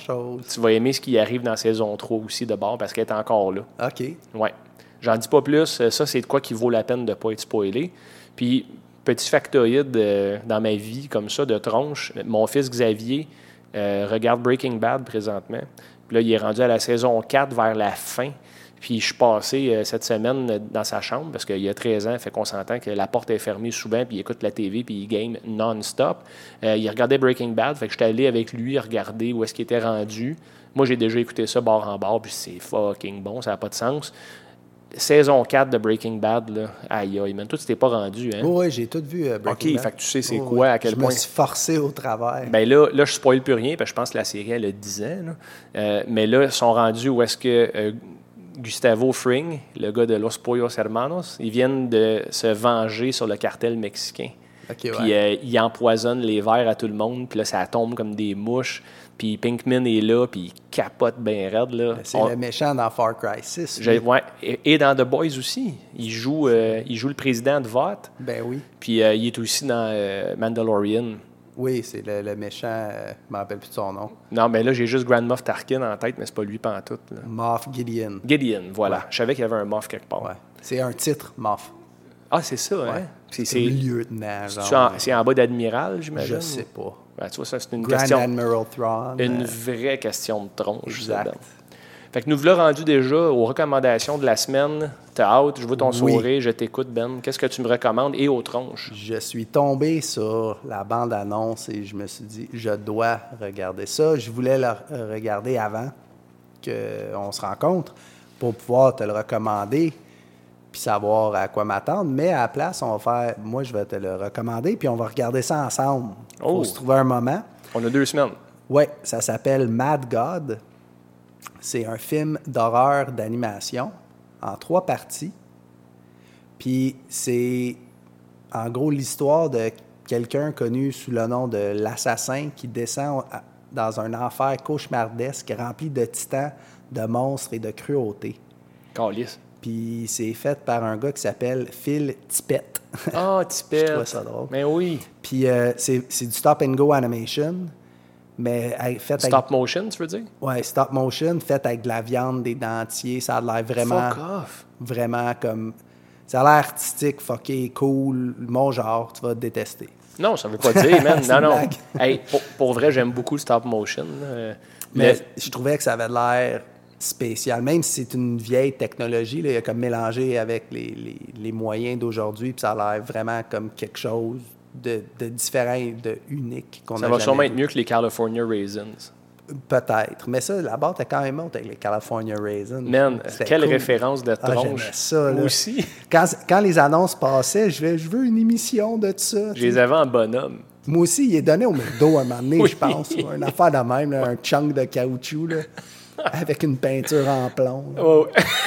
aimer ce qui arrive dans saison 3 aussi de bord parce qu'elle est encore là. OK. Oui. J'en dis pas plus. Ça, c'est de quoi qui vaut la peine de ne pas être spoilé. Puis, petit factoïde dans ma vie, comme ça, de tronche, mon fils Xavier regarde Breaking Bad présentement. Puis là, il est rendu à la saison 4 vers la fin. Puis, je suis passé cette semaine dans sa chambre parce qu'il a 13 ans, fait qu'on s'entend que la porte est fermée souvent, puis il écoute la TV, puis il game non-stop. Il regardait Breaking Bad, fait que j'étais allé avec lui regarder où est-ce qu'il était rendu. Moi, j'ai déjà écouté ça bord en bord, puis c'est fucking bon, ça n'a pas de sens. Saison 4 de Breaking Bad, là, aïe aïe, man, toi, tu t'es pas rendu, hein? Oui, j'ai tout vu Breaking Bad. OK, fait que tu sais c'est quoi, à quel point... Je me suis forcé au travers. Ben là, je spoil plus rien, parce que je pense que la série, elle a 10 ans, là. Mais là, ils sont rendus où est-ce que Gustavo Fring, le gars de Los Pollos Hermanos, ils viennent de se venger sur le cartel mexicain. Okay, puis il empoisonne les verres à tout le monde, puis là, ça tombe comme des mouches. Puis Pinkman est là, puis il capote bien raide. Là. C'est le méchant dans Far Cry 6. Ouais, et dans The Boys aussi. Il joue le président de vote. Ben oui. Puis il est aussi dans Mandalorian. Oui, c'est le méchant, je ne me rappelle plus de son nom. Non, mais là, j'ai juste Grand Moff Tarkin en tête, mais c'est pas lui pantoute. Là. Moff Gideon. Gideon, voilà. Ouais. Je savais qu'il y avait un Moff quelque part. Ouais. C'est un titre, Moff. Ah, c'est ça, hein? Ouais. Puis C'est lieutenant, genre. c'est en bas d'admiral, j'imagine? Je sais pas. Ben, tu vois, ça, c'est une Grand question... Admiral Thrawn. Une vraie question de tronche, ça, Exact. Ben. Fait que nous voilà rendus déjà aux recommandations de la semaine. T'as hâte, je vois ton Oui. sourire, je t'écoute, Ben. Qu'est-ce que tu me recommandes et aux tronches? Je suis tombé sur la bande-annonce et je me suis dit, je dois regarder ça. Je voulais le regarder avant qu'on se rencontre pour pouvoir te le recommander puis savoir à quoi m'attendre. Mais à la place, on va faire, moi, je vais te le recommander puis on va regarder ça ensemble. Il faut Oh. se trouver un moment. On a 2 semaines. Oui, ça s'appelle Mad God. C'est un film d'horreur d'animation en 3 parties. Puis c'est en gros l'histoire de quelqu'un connu sous le nom de l'Assassin qui descend dans un enfer cauchemardesque rempli de titans, de monstres et de cruauté. Calice. Puis c'est fait par un gars qui s'appelle Phil Tippett. Ah, Je Tipette. trouvais ça drôle. Mais oui. Puis c'est du stop-and-go animation, mais fait avec... Stop motion, tu veux dire? Ouais, stop motion, fait avec de la viande, des dentiers. Ça a l'air vraiment... Fuck off. Vraiment comme... Ça a l'air artistique, fucké, cool, mon genre, tu vas te détester. Non, ça veut pas dire, man. C'est Non, une non. blague. Hey, pour vrai, j'aime beaucoup le stop motion. Mais Le- je trouvais que ça avait l'air spécial. Même si c'est une vieille technologie, là, il y a comme mélangé avec les moyens d'aujourd'hui, puis ça a l'air vraiment comme quelque chose de différent et de unique qu'on a ça va jamais sûrement vu. être mieux que les California Raisins. Peut-être. Mais ça, la barre est quand même haute avec les California Raisins. Man, C'était quelle cool. référence de Ah, tronche. j'aimais ça, Moi là. aussi. Quand les annonces passaient, je veux une émission de ça. Je les avais en bonhomme. Moi aussi, il est donné au McDo à un moment donné, Oui. je pense. Une affaire de même, là, un chunk de caoutchouc là, avec une peinture en plomb. là. Oh.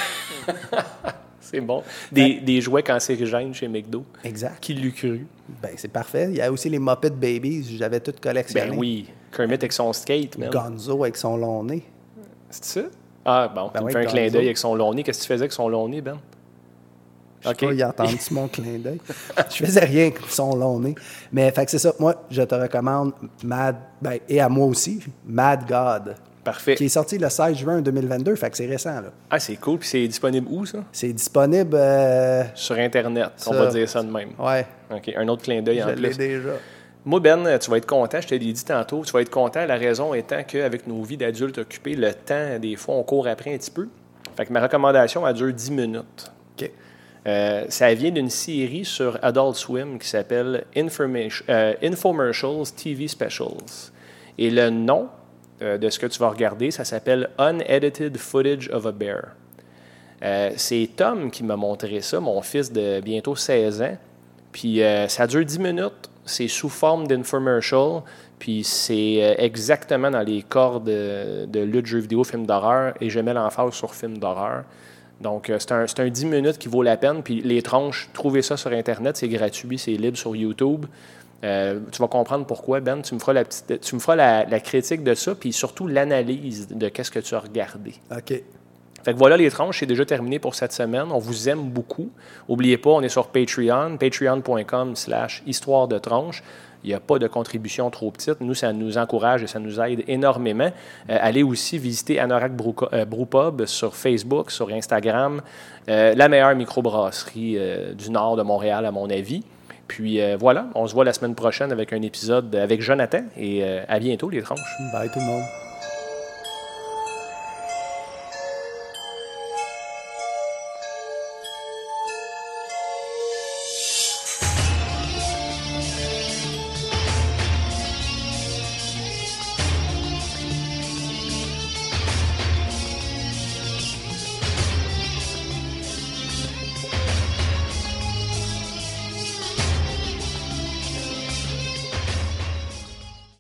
C'est bon. Des jouets cancérigènes chez McDo. Exact. Qui l'eût cru? Ben, c'est parfait. Il y a aussi les Muppet Babies. J'avais tout collectionné. Ben oui. Kermit avec son skate, man. Gonzo avec son long nez. C'est ça? Ah, bon. Ben Tu me oui, fais un clin Gonzo. d'œil avec son long nez. Qu'est-ce que tu faisais avec son long nez, Ben? Je sais OK. pas, il a entendu mon clin d'œil. Je faisais rien avec son long nez. Mais fait que c'est ça. Moi, je te recommande et à moi aussi, Mad God, Parfait. qui est sorti le 16 juin 2022. Fait que c'est récent, là. Ah, c'est cool. Puis c'est disponible où, ça? C'est disponible... Sur Internet. On Ça. va dire ça de même. ouais, OK. Un autre clin d'œil en je l'ai plus. déjà. Moi, Ben, tu vas être content, je te l'ai dit tantôt, tu vas être content, la raison étant qu'avec nos vies d'adultes occupés, le temps, des fois, on court après un petit peu. Fait que ma recommandation, elle dure 10 minutes. OK. Ça vient d'une série sur Adult Swim qui s'appelle Infomercials TV Specials. Et le nom de ce que tu vas regarder, ça s'appelle Unedited Footage of a Bear. C'est Tom qui m'a montré ça, mon fils de bientôt 16 ans. Puis ça dure 10 minutes, c'est sous forme d'infomercial, puis c'est exactement dans les cordes de lutte, jeux vidéo, film d'horreur, et je mets l'emphase sur film d'horreur. Donc c'est un 10 minutes qui vaut la peine, puis les tronches, trouvez ça sur Internet, c'est gratuit, c'est libre sur YouTube. Tu vas comprendre pourquoi, Ben. Tu me feras la critique de ça, puis surtout l'analyse de qu'est-ce que tu as regardé. OK. Fait que voilà, les tranches, c'est déjà terminé pour cette semaine. On vous aime beaucoup. N'oubliez pas, on est sur Patreon, patreon.com/histoire de tranches. Il n'y a pas de contribution trop petite. Nous, ça nous encourage et ça nous aide énormément. Allez aussi visiter Anorak Brewpub sur Facebook, sur Instagram. La meilleure microbrasserie du nord de Montréal, à mon avis. Puis voilà, on se voit la semaine prochaine avec un épisode avec Jonathan. Et à bientôt, les tranches. Bye tout le monde.